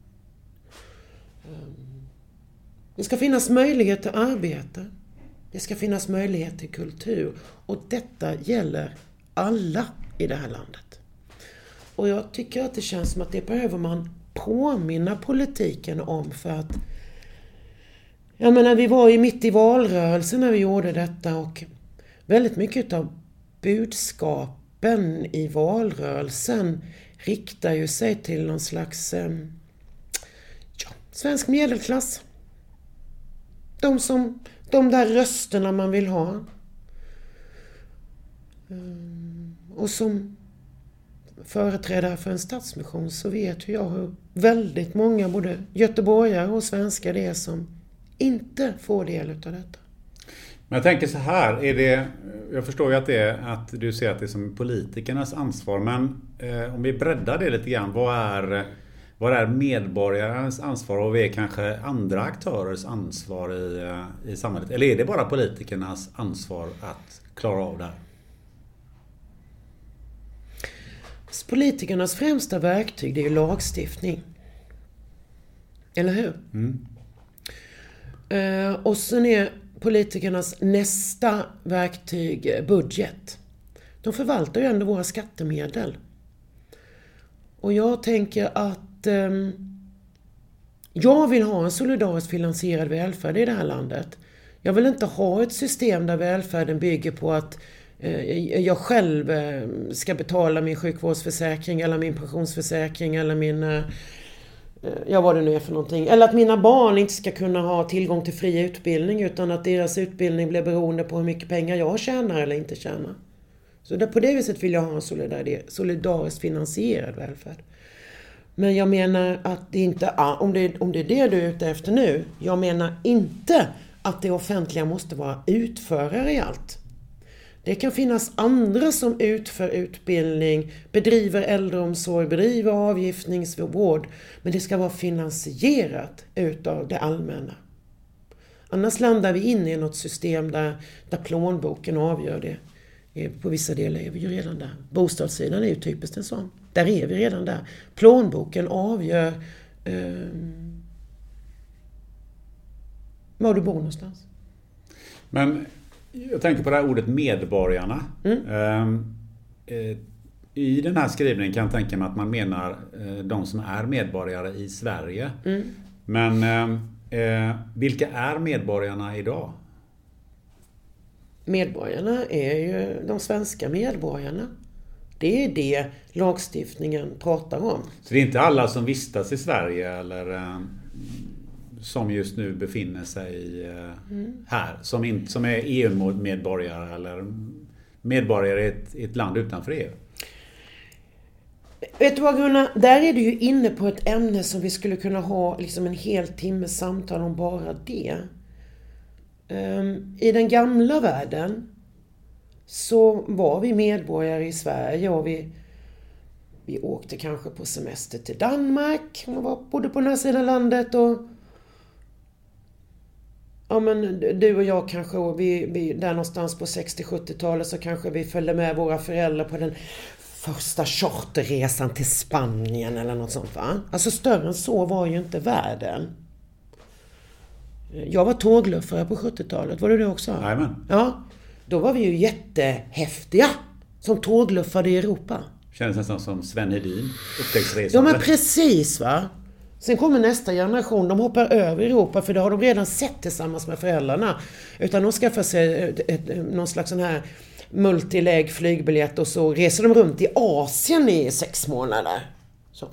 Det ska finnas möjlighet till arbete. Det ska finnas möjlighet till kultur. Och detta gäller alla i det här landet. Och jag tycker att det känns som att det behöver man påminna politiken om, för att jag menar, vi var ju mitt i valrörelsen när vi gjorde detta, och väldigt mycket av budskapen i valrörelsen riktar ju sig till någon slags eh, ja, svensk medelklass. De, som, de där rösterna man vill ha. Och som företrädare för en stadsmission så vet jag hur väldigt många, både göteborgare och svenskar, det är som inte får del av detta. Men jag tänker så här, är det, jag förstår ju att, det är, att du ser att det är som politikernas ansvar, men eh, om vi breddar det lite grann, vad är... Vad är medborgarens ansvar och vad är kanske andra aktörers ansvar i, i samhället? Eller är det bara politikernas ansvar att klara av det här? Politikernas främsta verktyg, det är ju lagstiftning. Eller hur? Mm. Uh, och sen är politikernas nästa verktyg budget. De förvaltar ju ändå våra skattemedel. Och jag tänker att jag vill ha en solidariskt finansierad välfärd i det här landet. Jag vill inte ha ett system där välfärden bygger på att jag själv ska betala min sjukvårdsförsäkring eller min pensionsförsäkring eller min, ja vad det nu är för någonting. Eller att mina barn inte ska kunna ha tillgång till fri utbildning utan att deras utbildning blir beroende på hur mycket pengar jag tjänar eller inte tjänar. Så där, på det viset vill jag ha en solidariskt finansierad välfärd. Men jag menar att det inte, om det, om det är det du är ute efter nu, jag menar inte att det offentliga måste vara utförare i allt. Det kan finnas andra som utför utbildning, bedriver äldreomsorg, bedriver avgiftningsvård. Men det ska vara finansierat utav det allmänna. Annars landar vi in i något system där, där plånboken avgör det. På vissa delar är vi ju redan där. Bostadssidan är ju typiskt en sån. Där är vi redan där. Plånboken avgör eh, var du bor någonstans. Men jag tänker på det här ordet medborgarna. Mm. Eh, I den här skrivningen kan jag tänka mig att man menar eh, de som är medborgare i Sverige. Mm. Men eh, vilka är medborgarna idag? Medborgarna är ju de svenska medborgarna. Det är det lagstiftningen pratar om. Så det är inte alla som vistas i Sverige eller eh, som just nu befinner sig eh, mm. här. Som, in, som är E U-medborgare eller medborgare i ett, i ett land utanför E U. Vet du vad Gunnar? Där är du ju inne på ett ämne som vi skulle kunna ha liksom en hel timme samtal om bara det. Um, I den gamla världen så var vi medborgare i Sverige och vi, vi åkte kanske på semester till Danmark och var, bodde på den här sidan landet och ja men du och jag kanske och vi, vi, där någonstans på sextio-sjuttiotalet så kanske vi följde med våra föräldrar på den första charterresan till Spanien eller något sånt va? Alltså större än så var ju inte världen. Jag var tågluffare på sjuttiotalet, var det det också? Jajamän. Ja, då var vi ju jättehäftiga som tågluffade i Europa. Kändes nästan som Sven Hedin, upptäcktsresande. Ja men precis va. Sen kommer nästa generation, de hoppar över Europa för det har de redan sett tillsammans med föräldrarna. Utan de skaffar sig ett, ett, någon slags sån här multilägg flygbiljett och så reser de runt i Asien i sex månader. Så.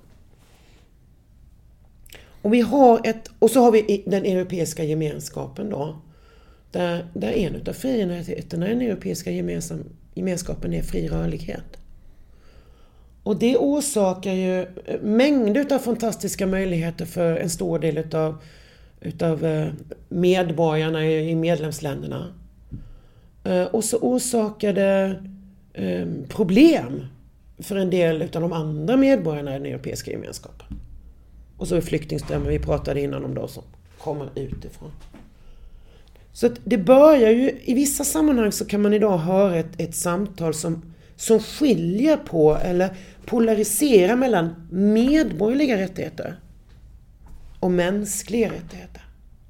Och vi har ett, och så har vi den europeiska gemenskapen då. Där, där en utav friheterna i den europeiska gemensam, gemenskapen är fri rörlighet. Och det orsakar ju mängder av fantastiska möjligheter för en stor del utav, utav medborgarna i medlemsländerna. Och så orsakar det problem för en del utav de andra medborgarna i den europeiska gemenskapen. Och så är flyktingströmmen, vi pratade innan om då, som kommer utifrån. Så att det börjar ju, i vissa sammanhang så kan man idag höra ett, ett samtal som, som skiljer på eller polariserar mellan medborgerliga rättigheter och mänskliga rättigheter.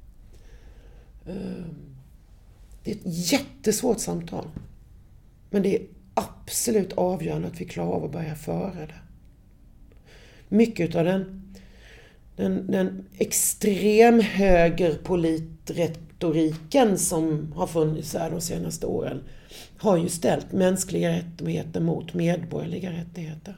Det är ett jättesvårt samtal. Men det är absolut avgörande att vi klarar av att börja föra det. Mycket av den Den, den extrem högerpolitretoriken som har funnits här de senaste åren har ju ställt mänskliga rättigheter mot medborgerliga rättigheter.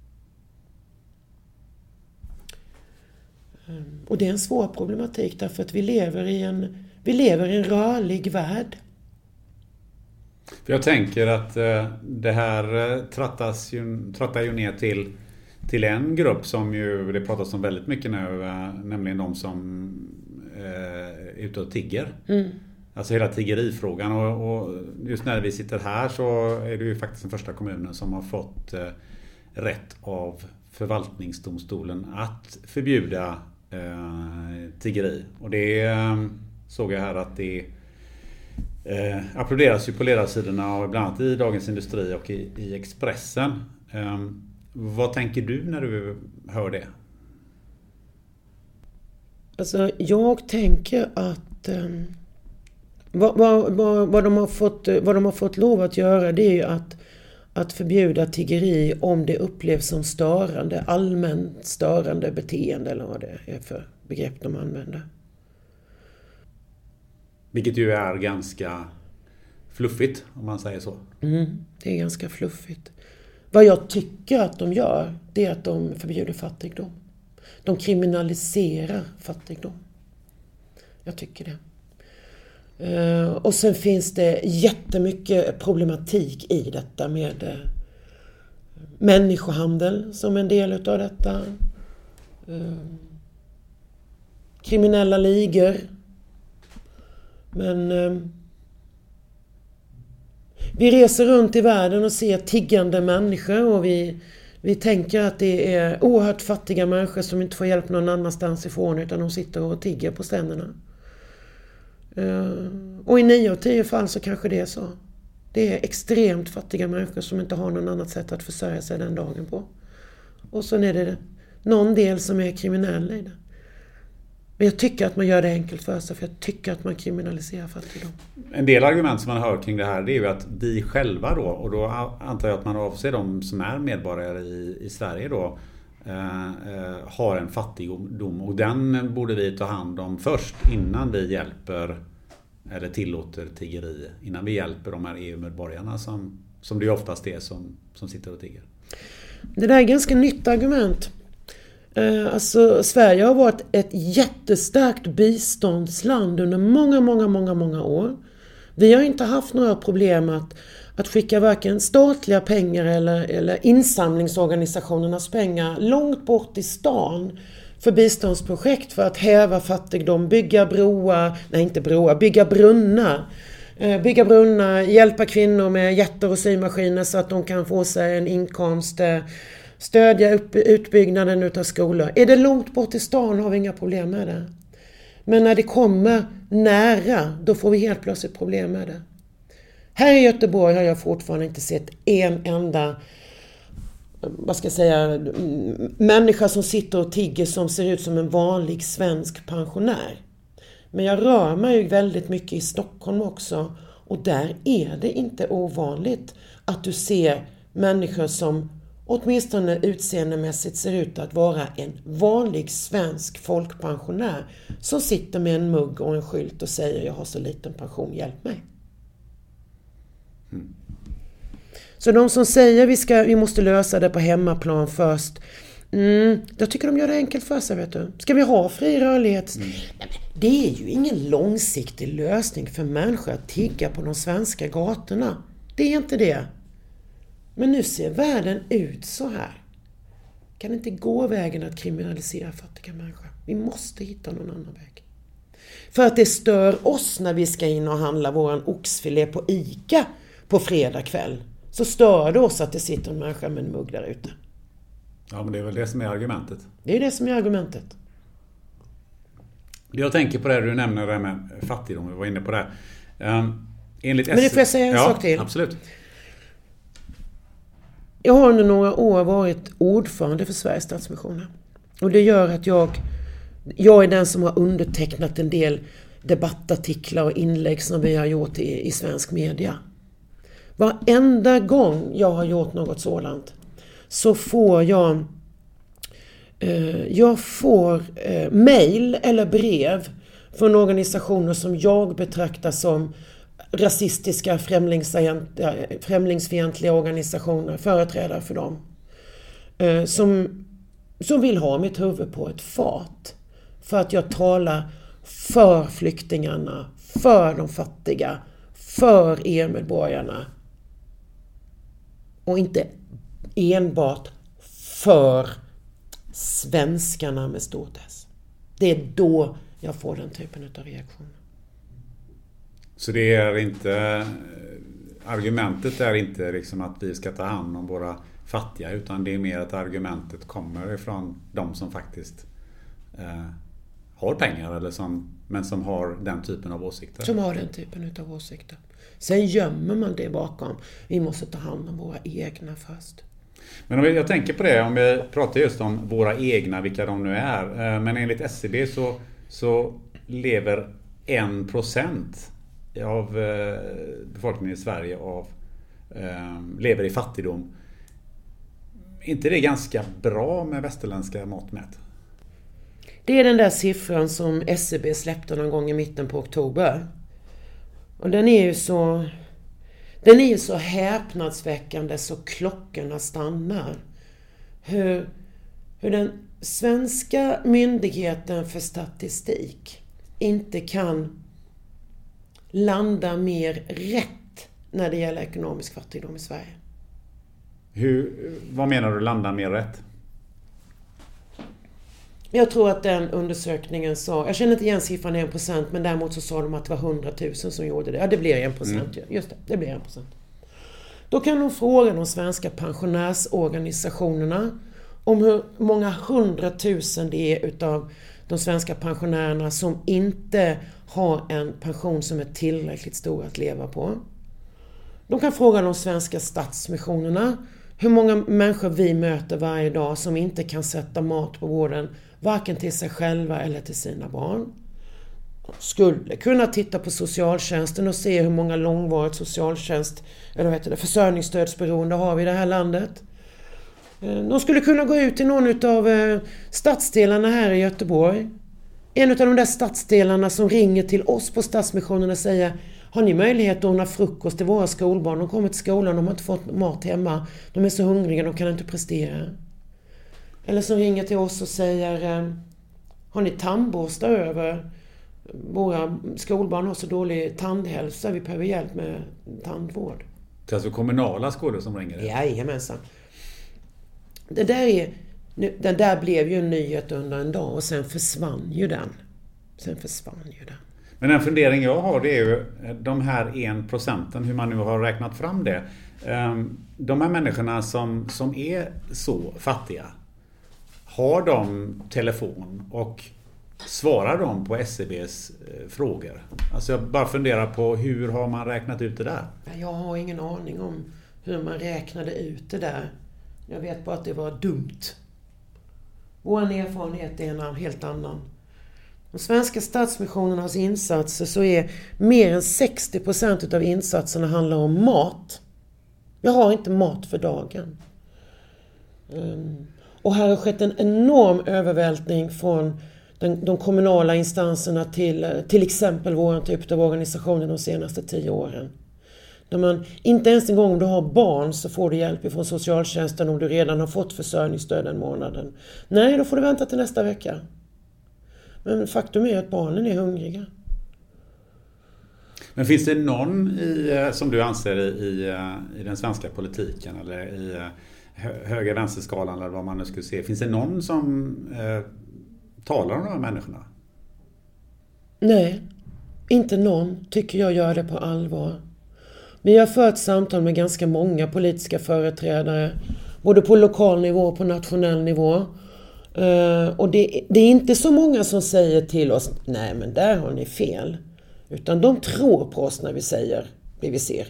Och det är en svår problematik därför att vi lever i en, vi lever i en rörlig värld. Jag tänker att det här trattas ju, trattar ju ner till Till en grupp som ju det pratas om väldigt mycket nu, nämligen de som är ute och tigger. Mm. Alltså hela tiggerifrågan. Och, och just när vi sitter här så är det ju faktiskt den första kommunen som har fått eh, rätt av förvaltningsdomstolen att förbjuda eh, tiggeri. Och det eh, såg jag här att det eh, applåderas ju på ledarsidorna och bland annat i Dagens Industri och i, i Expressen. Eh, Vad tänker du när du hör det? Alltså jag tänker att um, vad, vad, vad, vad, de har fått, vad de har fått lov att göra det är ju att, att förbjuda tiggeri om det upplevs som störande, allmänt störande beteende eller vad det är för begrepp de använder. Vilket ju är ganska fluffigt, om man säger så. Mm, det är ganska fluffigt. Vad jag tycker att de gör, det är att de förbjuder fattigdom. De kriminaliserar fattigdom. Jag tycker det. Uh, och sen finns det jättemycket problematik i detta med uh, människohandel som en del utav detta. Uh, kriminella ligor. Men uh, vi reser runt i världen och ser tiggande människor och vi, vi tänker att det är oerhört fattiga människor som inte får hjälp någon annanstans ifrån utan de sitter och tigger på stränderna. Uh, och i nio av tio fall så kanske det är så. Det är extremt fattiga människor som inte har någon annat sätt att försörja sig den dagen på. Och så är det någon del som är kriminell i det. Men jag tycker att man gör det enkelt för sig, för jag tycker att man kriminaliserar fattigdom. En del argument som man hör kring det här, det är ju att vi själva då, och då antar jag att man avser de som är medborgare i, i Sverige då, eh, eh, har en fattigdom, och den borde vi ta hand om först innan vi hjälper eller tillåter tiggeri, innan vi hjälper de här E U-medborgarna som, som det ju oftast är som, som sitter och tigger. Det där är ganska nytt argument. Alltså, Sverige har varit ett jättestarkt biståndsland under många, många, många, många år. Vi har inte haft några problem att, att skicka varken statliga pengar eller, eller insamlingsorganisationernas pengar långt bort i stan för biståndsprojekt för att häva fattigdom, bygga broar, nej inte broar, bygga brunnar. Bygga brunnar, hjälpa kvinnor med jätter och symaskiner så att de kan få sig en inkomst, stödja upp utbyggnaden utav skolor. Är det långt bort i stan har vi inga problem med det. Men när det kommer nära, då får vi helt plötsligt problem med det. Här i Göteborg har jag fortfarande inte sett en enda, vad ska jag säga, människa som sitter och tigger som ser ut som en vanlig svensk pensionär. Men jag rör mig ju väldigt mycket i Stockholm också, och där är det inte ovanligt att du ser människor som åtminstone utseendemässigt ser ut att vara en vanlig svensk folkpensionär som sitter med en mugg och en skylt och säger jag har så liten pension, hjälp mig. Mm. Så de som säger vi, ska, vi måste lösa det på hemmaplan först, mm, jag tycker de gör det enkelt för sig, vet du. Ska vi ha fri rörlighet? Mm. Det är ju ingen långsiktig lösning för människor att tigga på de svenska gatorna. Det är inte det. Men nu ser världen ut så här. Kan inte gå vägen att kriminalisera fattiga människor. Vi måste hitta någon annan väg. För att det stör oss när vi ska in och handla våran oxfilé på ICA på fredag kväll. Så stör det oss att det sitter en människa med en mugg där ute. Ja, men det är väl det som är argumentet. Det är det som är argumentet. Jag tänker på det du nämner, det med fattigdom. Vi var inne på det. Um, enligt men det får jag säga en ja, sak till. Absolut. Jag har under några år varit ordförande för Sveriges Stadsmissioner. Och det gör att jag, jag är den som har undertecknat en del debattartiklar och inlägg som vi har gjort i, i svensk media. Varenda gång jag har gjort något sådant så får jag, eh, jag får eh, mejl eller brev från organisationer som jag betraktar som rasistiska, främlingsfientliga organisationer, företrädare för dem, eh, som, som vill ha mitt huvud på ett fat för att jag talar för flyktingarna, för de fattiga, för E U-medborgarna och inte enbart för svenskarna med stort S. Det är då jag får den typen av reaktioner. Så det är inte, argumentet är inte liksom att vi ska ta hand om våra fattiga, utan det är mer att argumentet kommer ifrån de som faktiskt eh, har pengar eller som, men som har den typen av åsikter. Som har den typen av åsikter. Sen gömmer man det bakom. Vi måste ta hand om våra egna först. Men om jag tänker på det, om vi pratar just om våra egna, vilka de nu är. Men enligt S C B så, så lever en procent av befolkningen i Sverige av, eh, lever i fattigdom. Är inte det ganska bra med västerländska mått mätt? Det är den där siffran som S C B släppte någon gång i mitten på oktober. Och den är ju så, Den är ju så häpnadsväckande så klockorna stannar. Hur, hur den svenska myndigheten för statistik inte kan landa mer rätt när det gäller ekonomisk fattigdom i Sverige. Hur, vad menar du landa mer rätt? Jag tror att den undersökningen sa, jag känner inte igen siffran en procent, men däremot så sa de att det var hundratusen som gjorde det. Ja, det blir en procent. Mm. Just det, det blir en procent. Då kan de fråga de svenska pensionärsorganisationerna om hur många hundratusen det är utav de svenska pensionärerna som inte har en pension som är tillräckligt stor att leva på. De kan fråga de svenska stadsmissionerna hur många människor vi möter varje dag som inte kan sätta mat på borden, varken till sig själva eller till sina barn. De skulle kunna titta på socialtjänsten och se hur många långvarigt socialtjänst, eller vad heter det, försörjningsstödsberoende har vi i det här landet. De skulle kunna gå ut till någon av stadsdelarna här i Göteborg. En av de där stadsdelarna som ringer till oss på Stadsmissionen och säger: har ni möjlighet att ordna frukost till våra skolbarn? De kommer till skolan, de har inte fått mat hemma. De är så hungriga, de kan inte prestera. Eller som ringer till oss och säger: har ni tandborstar över? Våra skolbarn har så dålig tandhälsa, vi behöver hjälp med tandvård. Det är alltså kommunala skolor som ringer? Jajamensan. Det där, är, det där blev ju en nyhet under en dag och sen försvann ju den. Sen försvann ju den. Men en fundering jag har, det är ju de här en procenten, hur man nu har räknat fram det. De här människorna som, som är så fattiga, har de telefon och svarar de på S C B:s frågor? Alltså jag bara funderar på hur har man räknat ut det där? Jag har ingen aning om hur man räknade ut det där. Jag vet bara att det var dumt. Vår erfarenhet är en helt annan. De svenska stadsmissionernas insatser så är mer än sextio procent av insatserna handlar om mat. Jag har inte mat för dagen. Och här har skett en enorm övervältning från den, de kommunala instanserna till till exempel vår typ av organisationer de senaste tio åren. Där man inte ens en gång om du har barn så får du hjälp från socialtjänsten om du redan har fått försörjningsstöd den månaden. Nej, då får du vänta till nästa vecka. Men faktum är att barnen är hungriga. Men finns det någon i, som du anser i, i den svenska politiken eller i höger-vänsterskalan eller vad man nu skulle se, finns det någon som eh, talar om de här människorna? Nej, inte någon tycker jag gör det på allvar. Vi har fört samtal med ganska många politiska företrädare, både på lokal nivå och på nationell nivå. Uh, och det, det är inte så många som säger till oss: nej men där har ni fel. Utan de tror på oss när vi säger det vi ser.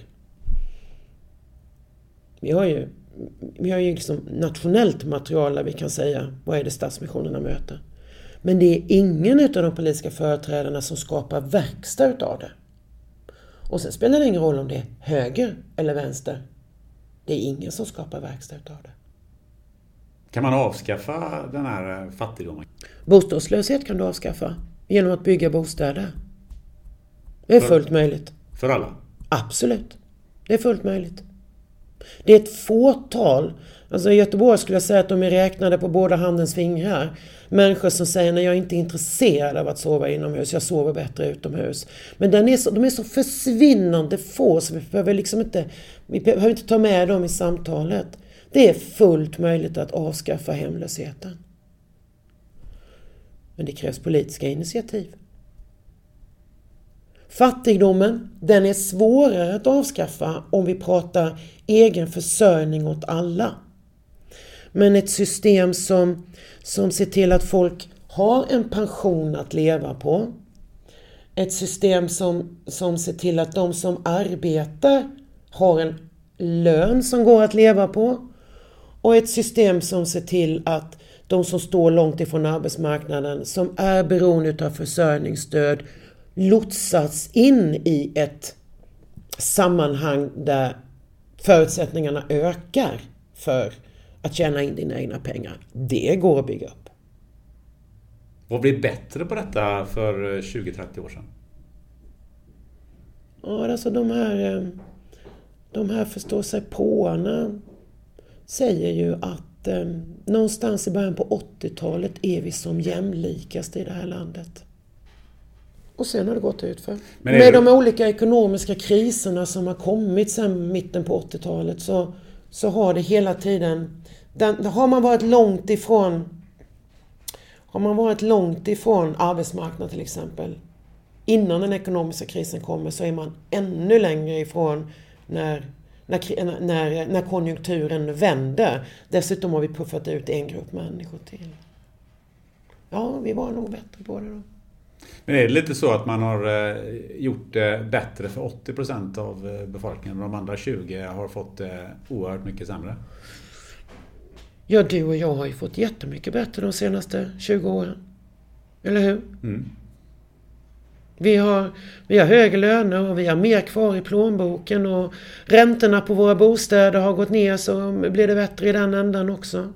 Vi har ju, vi har ju liksom nationellt material där vi kan säga vad är det Stadsmissionerna möter. Men det är ingen av de politiska företrädarna som skapar verkstad utav det. Och sen spelar det ingen roll om det är höger eller vänster. Det är ingen som skapar verkstad utav det. Kan man avskaffa den här fattigdomen? Bostadslöshet kan du avskaffa genom att bygga bostäder. Det är för, fullt möjligt. För alla? Absolut. Det är fullt möjligt. Det är ett fåtal. Alltså i Göteborg skulle jag säga att de är räknade på båda handens fingrar. Människor som säger: när jag är inte intresserad av att sova inomhus, jag sover bättre utomhus. Men den är så, de är så försvinnande få så vi behöver liksom inte, vi behöver inte ta med dem i samtalet. Det är fullt möjligt att avskaffa hemlösheten. Men det krävs politiska initiativ. Fattigdomen, den är svårare att avskaffa om vi pratar egen försörjning åt alla. Men ett system som, som ser till att folk har en pension att leva på. Ett system som, som ser till att de som arbetar har en lön som går att leva på. Och ett system som ser till att de som står långt ifrån arbetsmarknaden, som är beroende av försörjningsstöd, lotsas in i ett sammanhang där förutsättningarna ökar för att tjäna in dina egna pengar. Det går att bygga upp. Vad blir bättre på detta för tjugo till trettio år sedan? Ja, alltså de här de här förståsigpåarna säger ju att eh, någonstans i början på åttiotalet är vi som jämlikast i det här landet. Och sen har det gått ut för. Med det... de olika ekonomiska kriserna som har kommit sedan mitten på åttiotalet så, så har det hela tiden, den, har man varit långt ifrån har man varit långt ifrån arbetsmarknaden till exempel innan den ekonomiska krisen kommer, så är man ännu längre ifrån när, när, när, när konjunkturen vänder. Dessutom har vi puffat ut en grupp människor till. Ja, vi var nog bättre på det då. Men är det lite så att man har gjort det bättre för åttio procent av befolkningen och de andra tjugo har fått det oerhört mycket sämre? Ja, du och jag har ju fått jättemycket bättre de senaste tjugo åren. Eller hur? Mm. Vi har, vi har högre löner och vi har mer kvar i plånboken och räntorna på våra bostäder har gått ner, så blir det bättre i den ändan också.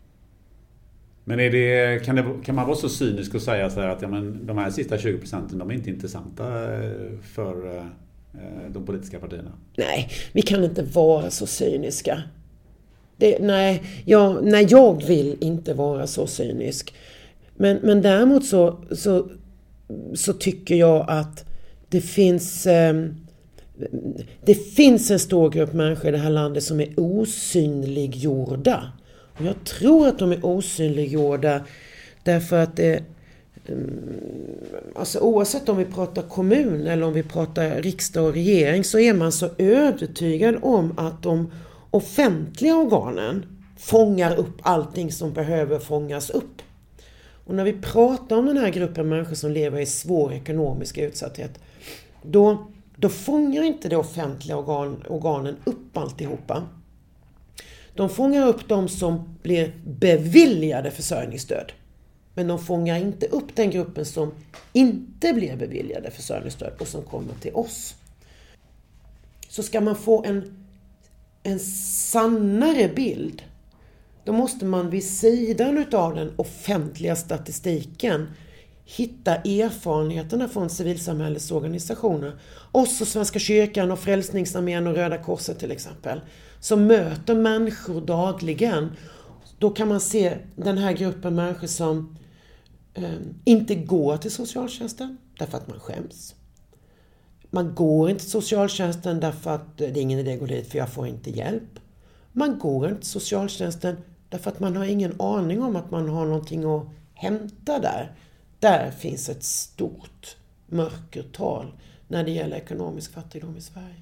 Men är det, kan, det, kan man vara så cynisk och säga så här att ja, men de här sista tjugo procenten de är inte intressanta för eh, de politiska partierna? Nej, vi kan inte vara så cyniska. Det, nej, jag, nej, jag vill inte vara så cynisk. Men, men däremot så, så, så tycker jag att det finns, eh, det finns en stor grupp människor i det här landet som är osynliggjorda. Och jag tror att de är osynliggjorda därför att det, alltså oavsett om vi pratar kommun eller om vi pratar riksdag och regering, så är man så övertygad om att de offentliga organen fångar upp allting som behöver fångas upp. Och när vi pratar om den här gruppen människor som lever i svår ekonomisk utsatthet, då, då fångar inte de offentliga organ, organen upp alltihopa. De fångar upp de som blir beviljade försörjningsstöd. Men de fångar inte upp den gruppen som inte blir beviljade försörjningsstöd och som kommer till oss. Så ska man få en, en sannare bild, då måste man vid sidan av den offentliga statistiken hitta erfarenheterna från civilsamhällets organisationer. Oss och Svenska kyrkan och Frälsningsarmén och Röda Korset till exempel, som möter människor dagligen. Då kan man se den här gruppen människor som eh, inte går till socialtjänsten därför att man skäms. Man går inte till socialtjänsten därför att det är ingen idé att gå dit för jag får inte hjälp. Man går inte till socialtjänsten därför att man har ingen aning om att man har någonting att hämta där. Där finns ett stort mörkertal när det gäller ekonomisk fattigdom i Sverige.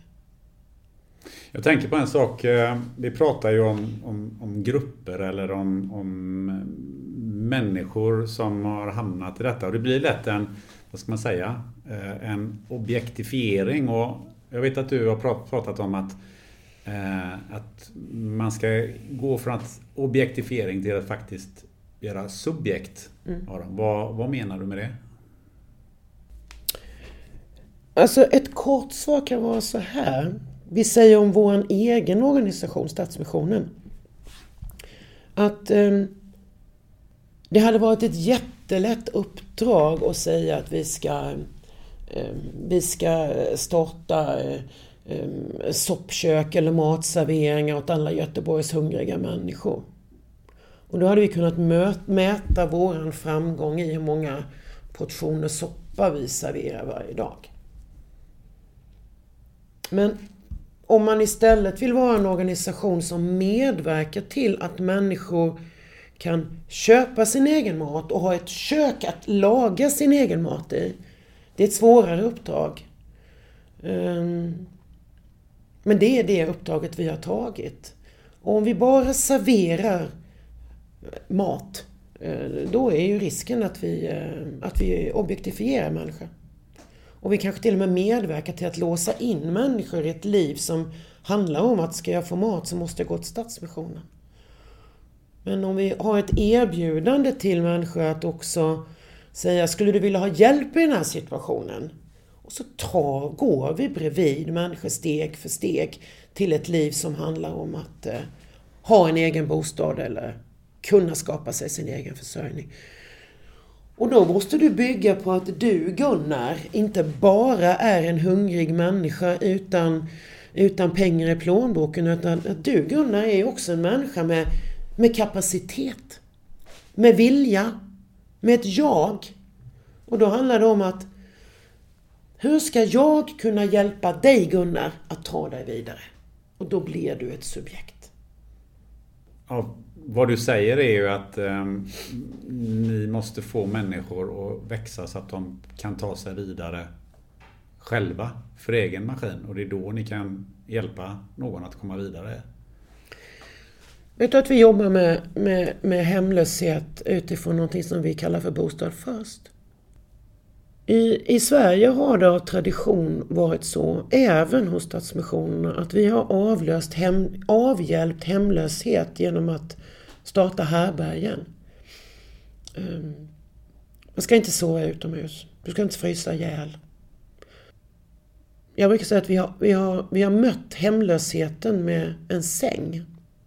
Jag tänker på en sak, vi pratar ju om, om, om grupper eller om, om människor som har hamnat i detta. Och det blir lätt en, vad ska man säga, en objektifiering. Och jag vet att du har pratat om att, att man ska gå från att objektifiering till att faktiskt göra subjekt mm. av dem. Vad, vad menar du med det? Alltså ett kort svar kan vara så här. Vi säger om vår egen organisation, Stadsmissionen, att eh, det hade varit ett jättelätt uppdrag att säga att vi ska, eh, vi ska starta eh, soppkök eller matserveringar åt alla Göteborgs hungriga människor. Och då hade vi kunnat möt, mäta våran framgång i hur många portioner soppa vi serverar varje dag. Men om man istället vill vara en organisation som medverkar till att människor kan köpa sin egen mat och ha ett kök att laga sin egen mat i, det är ett svårare uppdrag. Men det är det uppdraget vi har tagit. Och om vi bara serverar mat, då är ju risken att vi, att vi objektifierar människor. Och vi kanske till och med medverkar till att låsa in människor i ett liv som handlar om att ska jag få mat så måste jag gå till Stadsmissionen. Men om vi har ett erbjudande till människor att också säga, skulle du vilja ha hjälp i den här situationen? Och så tar, går vi bredvid människor steg för steg till ett liv som handlar om att eh, ha en egen bostad eller kunna skapa sig sin egen försörjning. Och då måste du bygga på att du, Gunnar, inte bara är en hungrig människa utan utan pengar i plånboken, utan att du, Gunnar, är också en människa med, med kapacitet, med vilja, med ett jag. Och då handlar det om att hur ska jag kunna hjälpa dig, Gunnar, att ta dig vidare? Och då blir du ett subjekt. Ja, vad du säger är ju att eh, ni måste få människor att växa så att de kan ta sig vidare själva för egen maskin. Och det är då ni kan hjälpa någon att komma vidare. Vet du att vi jobbar med, med, med hemlöshet utifrån någonting som vi kallar för bostad först? I, I Sverige har det av tradition varit så, även hos Stadsmissionerna, att vi har avlöst hem, avhjälpt hemlöshet genom att starta härbärgen. Um, man ska inte sova utomhus. Du ska inte frysa ihjäl. Jag brukar säga att vi har, vi har, vi har mött hemlösheten med en säng.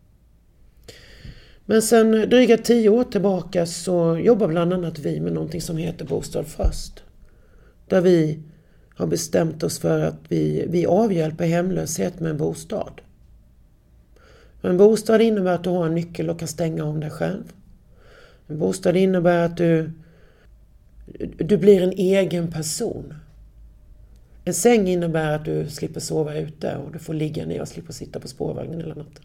Men sen dryga tio år tillbaka så jobbar bland annat vi med någonting som heter Bostad först. Där vi har bestämt oss för att vi, vi avhjälper hemlöshet med en bostad. En bostad innebär att du har en nyckel och kan stänga om dig själv. En bostad innebär att du, du blir en egen person. En säng innebär att du slipper sova ute och du får ligga ner och slipper sitta på spårvagnen hela natten.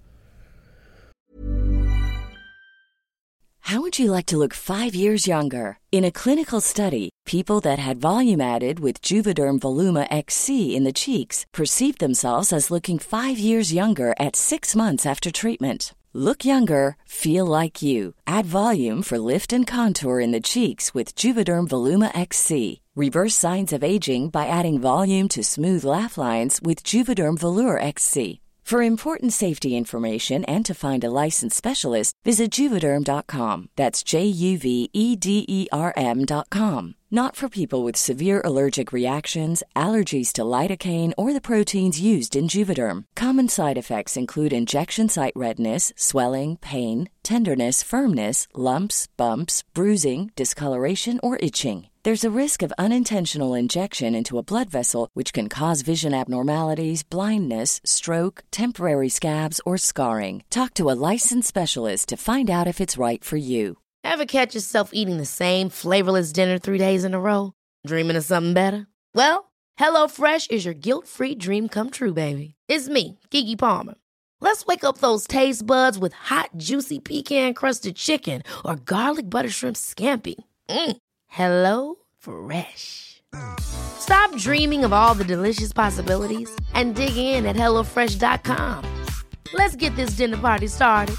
How would you like to look five years younger? In a clinical study, people that had volume added with Juvederm Voluma X C in the cheeks perceived themselves as looking five years younger at six months after treatment. Look younger, feel like you. Add volume for lift and contour in the cheeks with Juvederm Voluma X C. Reverse signs of aging by adding volume to smooth laugh lines with Juvederm Volure X C. For important safety information and to find a licensed specialist, visit Juvederm dot com. That's J U V E D E R M dot com. Not for people with severe allergic reactions, allergies to lidocaine, or the proteins used in Juvederm. Common side effects include injection site redness, swelling, pain, tenderness, firmness, lumps, bumps, bruising, discoloration, or itching. There's a risk of unintentional injection into a blood vessel, which can cause vision abnormalities, blindness, stroke, temporary scabs, or scarring. Talk to a licensed specialist to find out if it's right for you. Ever catch yourself eating the same flavorless dinner three days in a row? Dreaming of something better? Well, HelloFresh is your guilt-free dream come true, baby. It's me, Keke Palmer. Let's wake up those taste buds with hot, juicy pecan-crusted chicken or garlic butter shrimp scampi. Mm. Hello Fresh. Stop dreaming of all the delicious possibilities and dig in at hello fresh dot com. Let's get this dinner party started.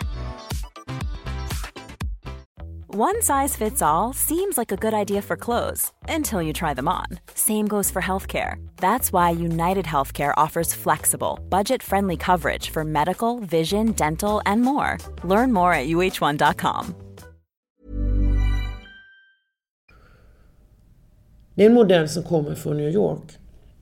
One size fits all seems like a good idea for clothes until you try them on. Same goes for healthcare. That's why United Healthcare offers flexible, budget-friendly coverage for medical, vision, dental, and more. Learn more at U H one dot com. Det är en modell som kommer från New York.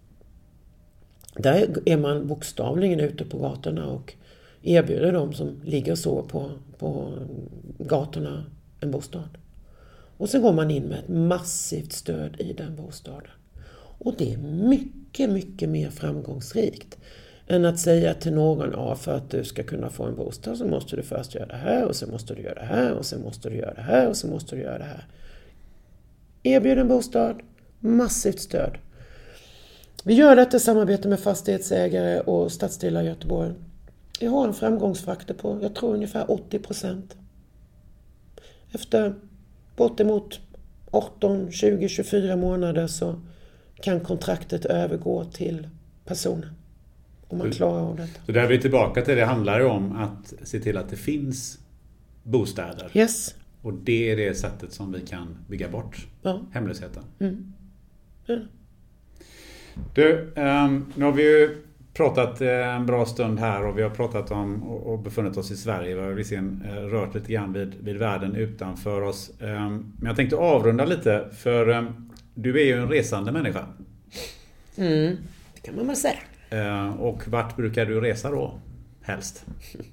Där är man bokstavligen ute på gatorna och erbjuder dem som ligger så på, på gatorna en bostad. Och så går man in med ett massivt stöd i den bostaden. Och det är mycket, mycket mer framgångsrikt än att säga till någon, ja, för att du ska kunna få en bostad så måste du först göra det här och så måste du göra det här och så måste du göra det här och så måste du göra det här. Erbjud en bostad, massivt stöd. Vi gör detta i samarbete med fastighetsägare och stadsdelar i Göteborg. Vi har en framgångsfaktor på, jag tror, ungefär åttio procent. Efter bortemot arton, tjugo, tjugofyra månader så kan kontraktet övergå till personen. Om man klarar av detta. Så där är vi tillbaka till det, handlar ju om att se till att det finns bostäder. Yes. Och det är det sättet som vi kan bygga bort ja. hemlösheten. Mm. Ja. Du, um, nu har vi ju pratat en bra stund här och vi har pratat om och, och befunnit oss i Sverige. Vi har visserligen uh, rört lite grann vid, vid världen utanför oss. Um, men jag tänkte avrunda lite för um, du är ju en resande människa. Mm, det kan man väl säga. Uh, och vart brukar du resa då? Helst.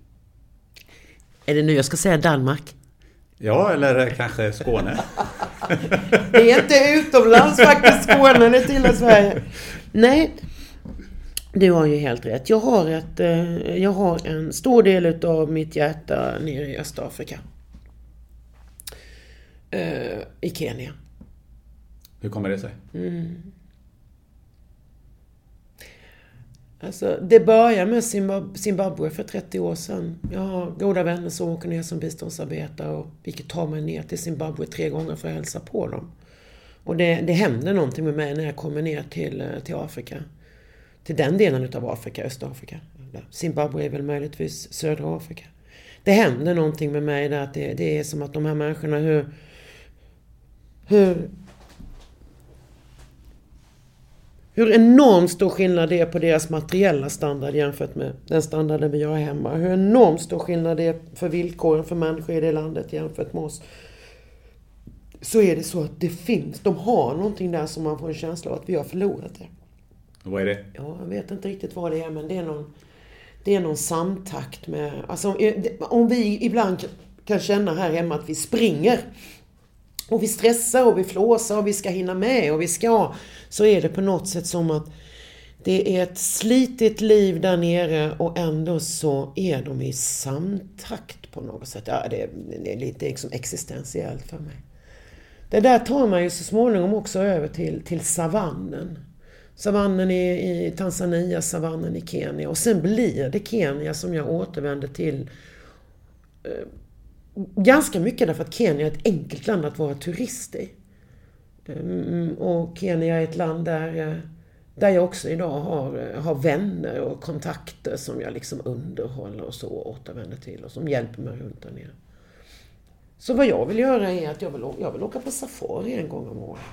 Är det nu jag ska säga Danmark? Ja, eller kanske Skåne. Det är inte utomlands faktiskt, Skåne, det tillhör Sverige. Nej, Du har ju helt rätt. Jag har, ett, jag har en stor del av mitt hjärta nere i Östafrika. I Kenya. Hur kommer det sig? Mm. Alltså, det börjar med Zimbabwe för trettio år sedan. Jag har goda vänner som åker ner som biståndsarbetare och vilket tar mig ner till Zimbabwe tre gånger för att hälsa på dem. Och det, det händer någonting med mig när jag kommer ner till, till Afrika. Till den delen av Afrika, Östafrika. Zimbabwe är väl möjligtvis södra Afrika. Det händer någonting med mig där att det, det är som att de här människorna hur hur hur enormt stor skillnad det är på deras materiella standard jämfört med den standarden vi har hemma. Hur enormt stor skillnad det är för villkoren för människor i det landet jämfört med oss. Så är det så att det finns, de har någonting där som man får en känsla av att vi har förlorat det. Vad är det? Ja, jag vet inte riktigt vad det är, men det är någon, det är någon samtakt med, alltså om vi ibland kan känna här hemma att vi springer och vi stressar och vi flåsar och vi ska hinna med och vi ska, så är det på något sätt som att det är ett slitigt liv där nere och ändå så är de i samtakt på något sätt. Ja, det är, det är lite liksom existentiellt för mig. Det där tar man ju så småningom också över till, till savannen. Savannen i, i Tanzania, savannen i Kenya. Och sen blir det Kenya som jag återvänder till eh, ganska mycket därför att Kenya är ett enkelt land att vara turist i. Mm, och Kenya är ett land där, där jag också idag har, har vänner och kontakter som jag liksom underhåller och så återvänder till och som hjälper mig runt där nere. Så vad jag vill göra är att jag vill, jag vill åka på safari en gång om året.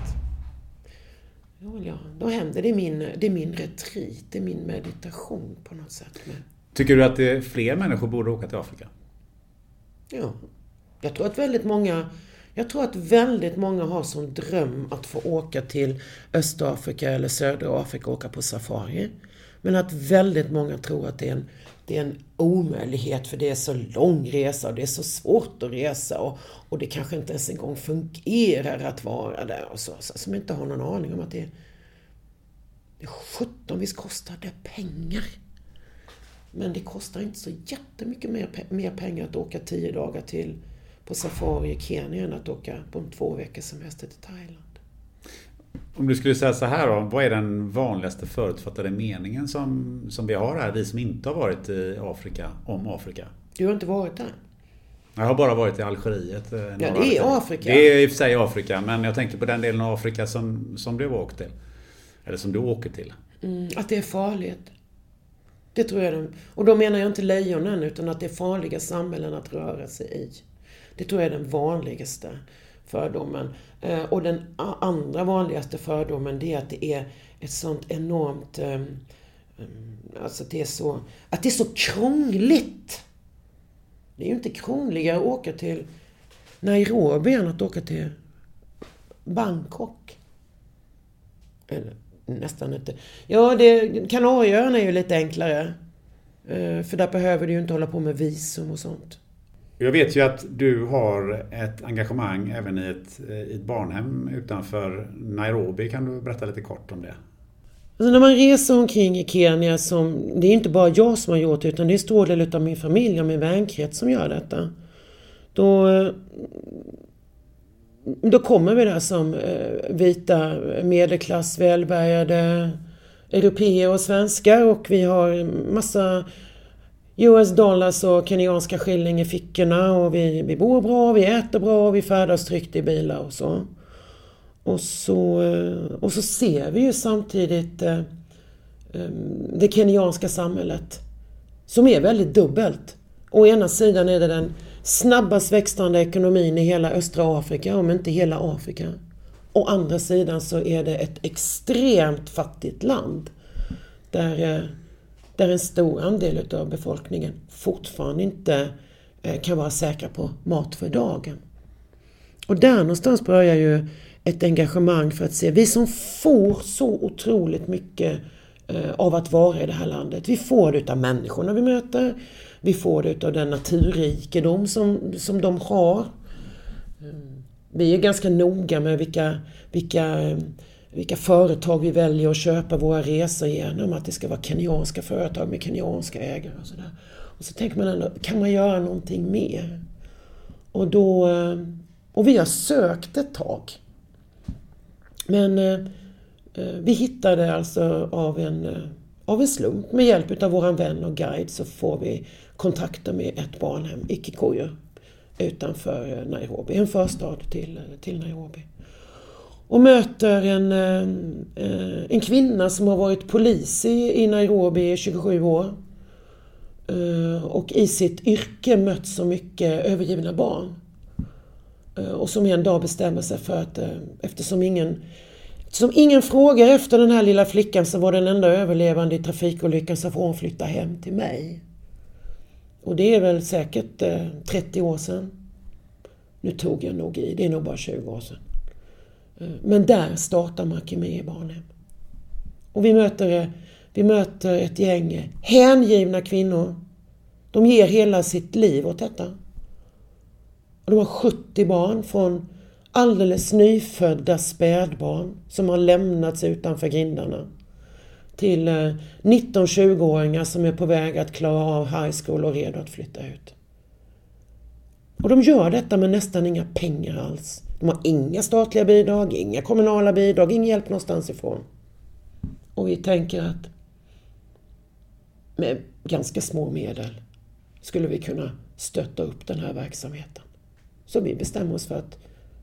Ja, då händer det min, det är min retreat, det är min meditation på något sätt. Men... Tycker du att det fler människor borde åka till Afrika? Ja, jag tror att väldigt många, jag tror att väldigt många har som dröm att få åka till Östafrika eller södra Afrika och åka på safari. Men att väldigt många tror att det är en, det är en omöjlighet för det är så lång resa och det är så svårt att resa och, och det kanske inte ens en gång fungerar att vara där och så. Så som inte har någon aning om att det är, det är sjutton visst kostar det pengar. Men det kostar inte så jättemycket mer, mer pengar att åka tio dagar till på safari i Kenya än att åka på en två veckors semester till Thailand. Om du skulle säga så här då, vad är den vanligaste förutfattade meningen som, som vi har här, vi som inte har varit i Afrika, om Afrika? Du har inte varit där? Jag har bara varit i Algeriet. Ja, det är Afrika. Det är i och för sig Afrika, men jag tänker på den delen av Afrika som, som du har åkt till. Eller som du åker till. Mm, att det är farligt. Det tror jag. Och då menar jag inte lejonen utan att det är farliga samhällen att röra sig i. Det tror jag är den vanligaste fördomen. Och den andra vanligaste fördomen det är att det är ett sånt enormt... Alltså det är så... Att det är så krångligt. Det är ju inte krångligare att åka till Nairobi än att åka till Bangkok. Eller nästan inte. Ja, det, Kanarieöarna är ju lite enklare. För där behöver du ju inte hålla på med visum och sånt. Jag vet ju att du har ett engagemang även i ett, i ett barnhem utanför Nairobi. Kan du berätta lite kort om det? Alltså när man reser omkring i Kenya, som, det är inte bara jag som har gjort det, utan det är stor del av min familj och min vänkrets som gör detta. Då, då kommer vi där som vita medelklass, välbärgade europeer och svenskar och vi har massa U S-dollars och kenyanska skilling i fickorna och vi, vi bor bra, vi äter bra och vi färdas tryggt i bilar och så. Och så, och så ser vi ju samtidigt eh, det kenyanska samhället som är väldigt dubbelt. Å ena sidan är det den snabbast växande ekonomin i hela östra Afrika, om inte hela Afrika. Å andra sidan så är det ett extremt fattigt land där, där en stor andel av befolkningen fortfarande inte kan vara säkra på mat för dagen. Och där någonstans börjar ju ett engagemang för att se, vi som får så otroligt mycket av att vara i det här landet. Vi får det av människorna vi möter. Vi får det av den naturrikedom som, som de har. Vi är ganska noga med vilka, vilka vilka företag vi väljer att köpa våra resor genom, att det ska vara kenyanska företag med kenyanska ägare och sådär. Och så tänker man ändå, kan man göra någonting mer? Och då, och vi har sökt ett tag. Men eh, vi hittade alltså av en, av en slump, med hjälp av våran vän och guide, så får vi kontakter med ett barnhem i Kikuyu utanför Nairobi, en förstad till, till Nairobi. Och möter en, en kvinna som har varit polis i Nairobi i tjugosju år. Och i sitt yrke mött så mycket övergivna barn. Och som en dag bestämmer sig för att eftersom ingen, eftersom ingen frågar efter den här lilla flickan som var den enda överlevande i trafikolyckan, så får hon flytta hem till mig. Och det är väl säkert trettio år sedan. Nu tog jag nog i, det är nog bara tjugo år sedan. Men där startar Makimé barnhem. Och vi möter, vi möter ett gäng hängivna kvinnor. De ger hela sitt liv åt detta. Och de har sjuttio barn, från alldeles nyfödda spädbarn som har lämnats utanför grindarna till nitton-tjugo-åringar som är på väg att klara av high school och redo att flytta ut. Och de gör detta med nästan inga pengar alls. De har inga statliga bidrag, inga kommunala bidrag, ingen hjälp någonstans ifrån. Och vi tänker att med ganska små medel skulle vi kunna stötta upp den här verksamheten. Så vi bestämmer oss för att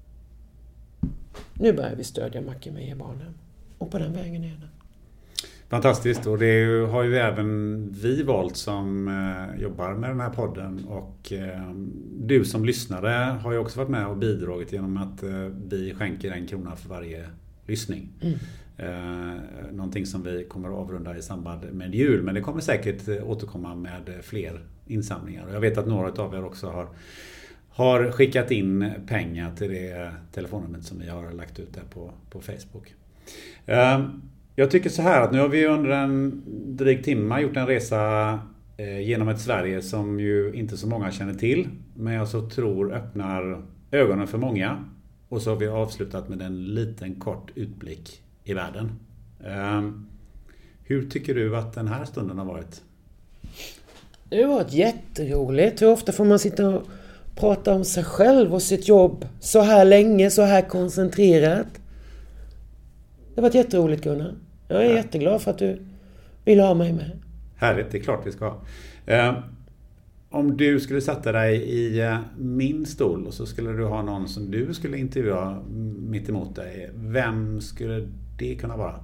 nu börjar vi stödja Makimé barnen. Och på den vägen är det. Fantastiskt, och det har ju även vi valt som eh, jobbar med den här podden, och eh, du som lyssnare har ju också varit med och bidragit genom att eh, vi skänker en krona för varje lyssning. Mm. Eh, någonting som vi kommer att avrunda i samband med jul, men det kommer säkert återkomma med fler insamlingar. Och jag vet att några av er också har, har skickat in pengar till det telefonnumret som vi har lagt ut där på, på Facebook. Eh, Jag tycker så här att nu har vi under en dryg timme gjort en resa eh, genom ett Sverige som ju inte så många känner till, men jag så tror öppnar ögonen för många. Och så har vi avslutat med en liten kort utblick i världen. Eh, hur tycker du att den här stunden har varit? Det har varit jätteroligt. Hur ofta får man sitta och prata om sig själv och sitt jobb så här länge, så här koncentrerat? Det har varit jätteroligt, Gunnar. Jag är ja. jätteglad för att du vill ha mig med. Härligt, det är klart vi ska. Eh, om du skulle sätta dig i eh, min stol och så skulle du ha någon som du skulle intervjua mitt emot dig. Vem skulle det kunna vara?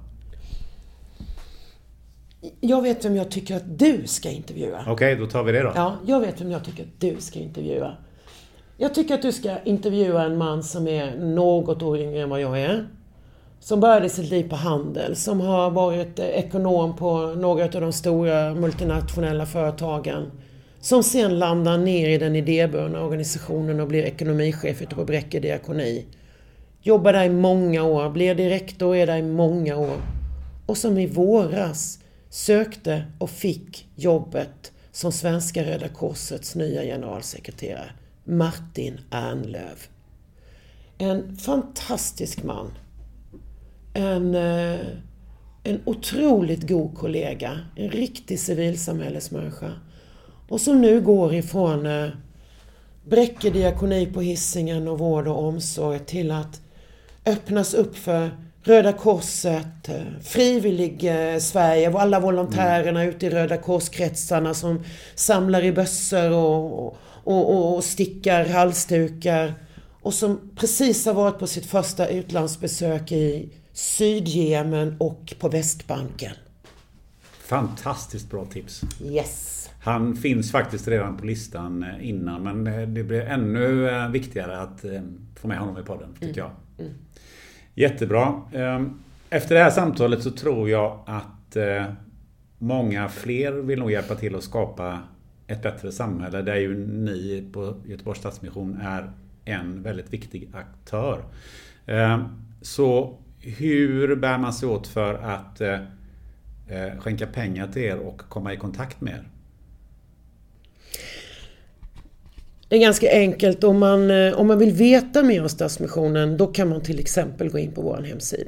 Jag vet vem jag tycker att du ska intervjua. Okej, okay, då tar vi det då. Ja, jag vet vem jag tycker att du ska intervjua. Jag tycker att du ska intervjua en man som är något år yngre än vad jag är. Som började sitt liv på handel, som har varit ekonom på några av de stora multinationella företagen. Som sen landar ner i den idéburna organisationen och blir ekonomichef ute på Bräcke diakoni. Jobbar där i många år, blir direktor och är där i många år. Och som i våras sökte och fick jobbet som Svenska Röda Korsets nya generalsekreterare. Martin Ernlöf. En fantastisk man. En, en otroligt god kollega, en riktig civilsamhällesmänniska, och som nu går ifrån Bräcke diakoni på Hisingen och vård och omsorg till att öppnas upp för Röda Korset, frivillig Sverige, alla volontärerna mm. ute i Röda Korskretsarna som samlar i bössor och, och, och, och stickar halsdukar, och som precis har varit på sitt första utlandsbesök i Sydjemen och på Västbanken. Fantastiskt bra tips. Yes. Han finns faktiskt redan på listan innan, men det blir ännu viktigare att få med honom i podden, tycker mm. jag. Mm. Jättebra. Efter det här samtalet så tror jag att många fler vill nog hjälpa till att skapa ett bättre samhälle, där ju ni på Göteborgs Stadsmission är en väldigt viktig aktör. Så hur bär man sig åt för att eh, skänka pengar till er och komma i kontakt med er? Det är ganska enkelt. Om man, om man vill veta mer om Stadsmissionen, då kan man till exempel gå in på vår hemsida.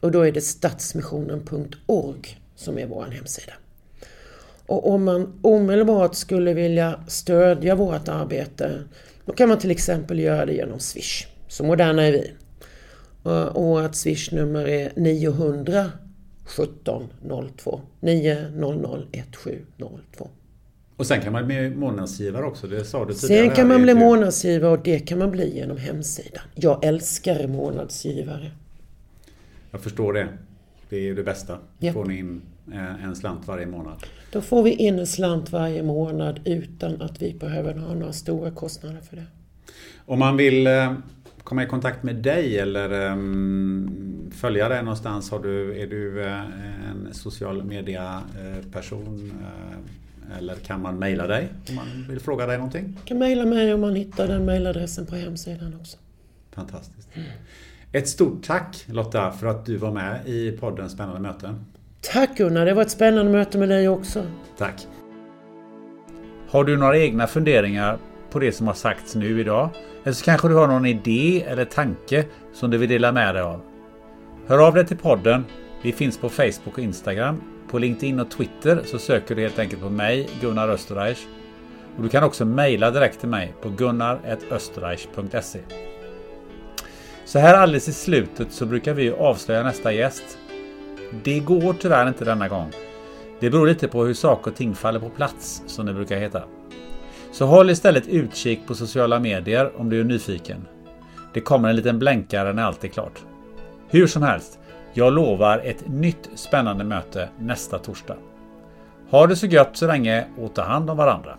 Och då är det stadsmissionen punkt org som är vår hemsida. Och om man omedelbart skulle vilja stödja vårt arbete, då kan man till exempel göra det genom Swish. Så moderna är vi. Och att Swish-nummer är nio hundra sjutton noll två. nio noll noll ett sju noll två. Och sen kan man bli månadsgivare också, det sa du tidigare. Sen kan man bli månadsgivare och det kan man bli genom hemsidan. Jag älskar månadsgivare. Jag förstår det. Det är ju det bästa. Ja. Får ni in en slant varje månad? Då får vi in en slant varje månad utan att vi behöver ha några stora kostnader för det. Om man vill komma i kontakt med dig eller um, följa dig någonstans, har du, är du uh, en social media uh, person uh, eller kan man mejla dig om man vill fråga dig någonting? Man kan mejla mig om man hittar den mejladressen på hemsidan också. Fantastiskt. Mm. Ett stort tack Lotta för att du var med i podden Spännande möten. Tack Gunnar, det var ett spännande möte med dig också. Tack. Har du några egna funderingar på det som har sagts nu idag? Eller så kanske du har någon idé eller tanke som du vill dela med dig av. Hör av dig till podden. Vi finns på Facebook och Instagram. På LinkedIn och Twitter så söker du helt enkelt på mig, Gunnar Österreich. Och du kan också mejla direkt till mig på gunnar at österreich punkt se. Så här alldeles i slutet så brukar vi avslöja nästa gäst. Det går tyvärr inte denna gång. Det beror lite på hur saker och ting faller på plats, som det brukar heta. Så håll istället utkik på sociala medier om du är nyfiken. Det kommer en liten blänkare när allt är klart. Hur som helst, jag lovar ett nytt spännande möte nästa torsdag. Ha det så gött så länge och ta hand om varandra.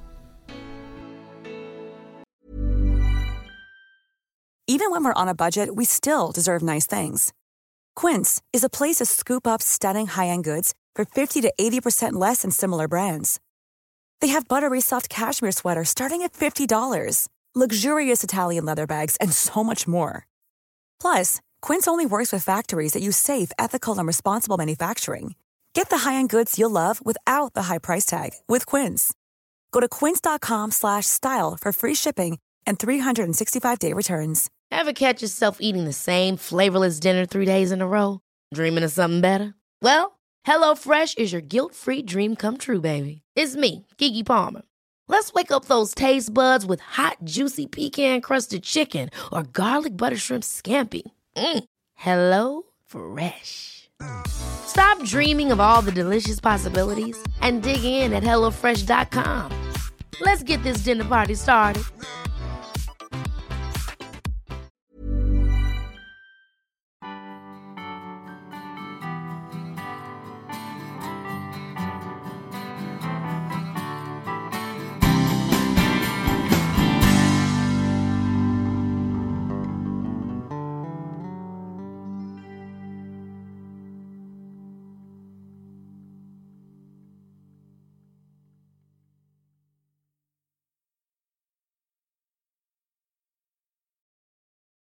Even when we're on a budget, we still deserve nice things. Quince is a place to scoop up stunning high-end goods for fifty to eighty percent less than similar brands. They have buttery soft cashmere sweaters starting at fifty dollars, luxurious Italian leather bags, and so much more. Plus, Quince only works with factories that use safe, ethical, and responsible manufacturing. Get the high-end goods you'll love without the high price tag with Quince. Go to quince.com slash style for free shipping and three sixty-five day returns. Ever catch yourself eating the same flavorless dinner three days in a row? Dreaming of something better? Well, HelloFresh is your guilt-free dream come true, baby. It's me, Keke Palmer. Let's wake up those taste buds with hot, juicy pecan-crusted chicken or garlic butter shrimp scampi. Mm. Hello Fresh. Stop dreaming of all the delicious possibilities and dig in at hello fresh dot com. Let's get this dinner party started.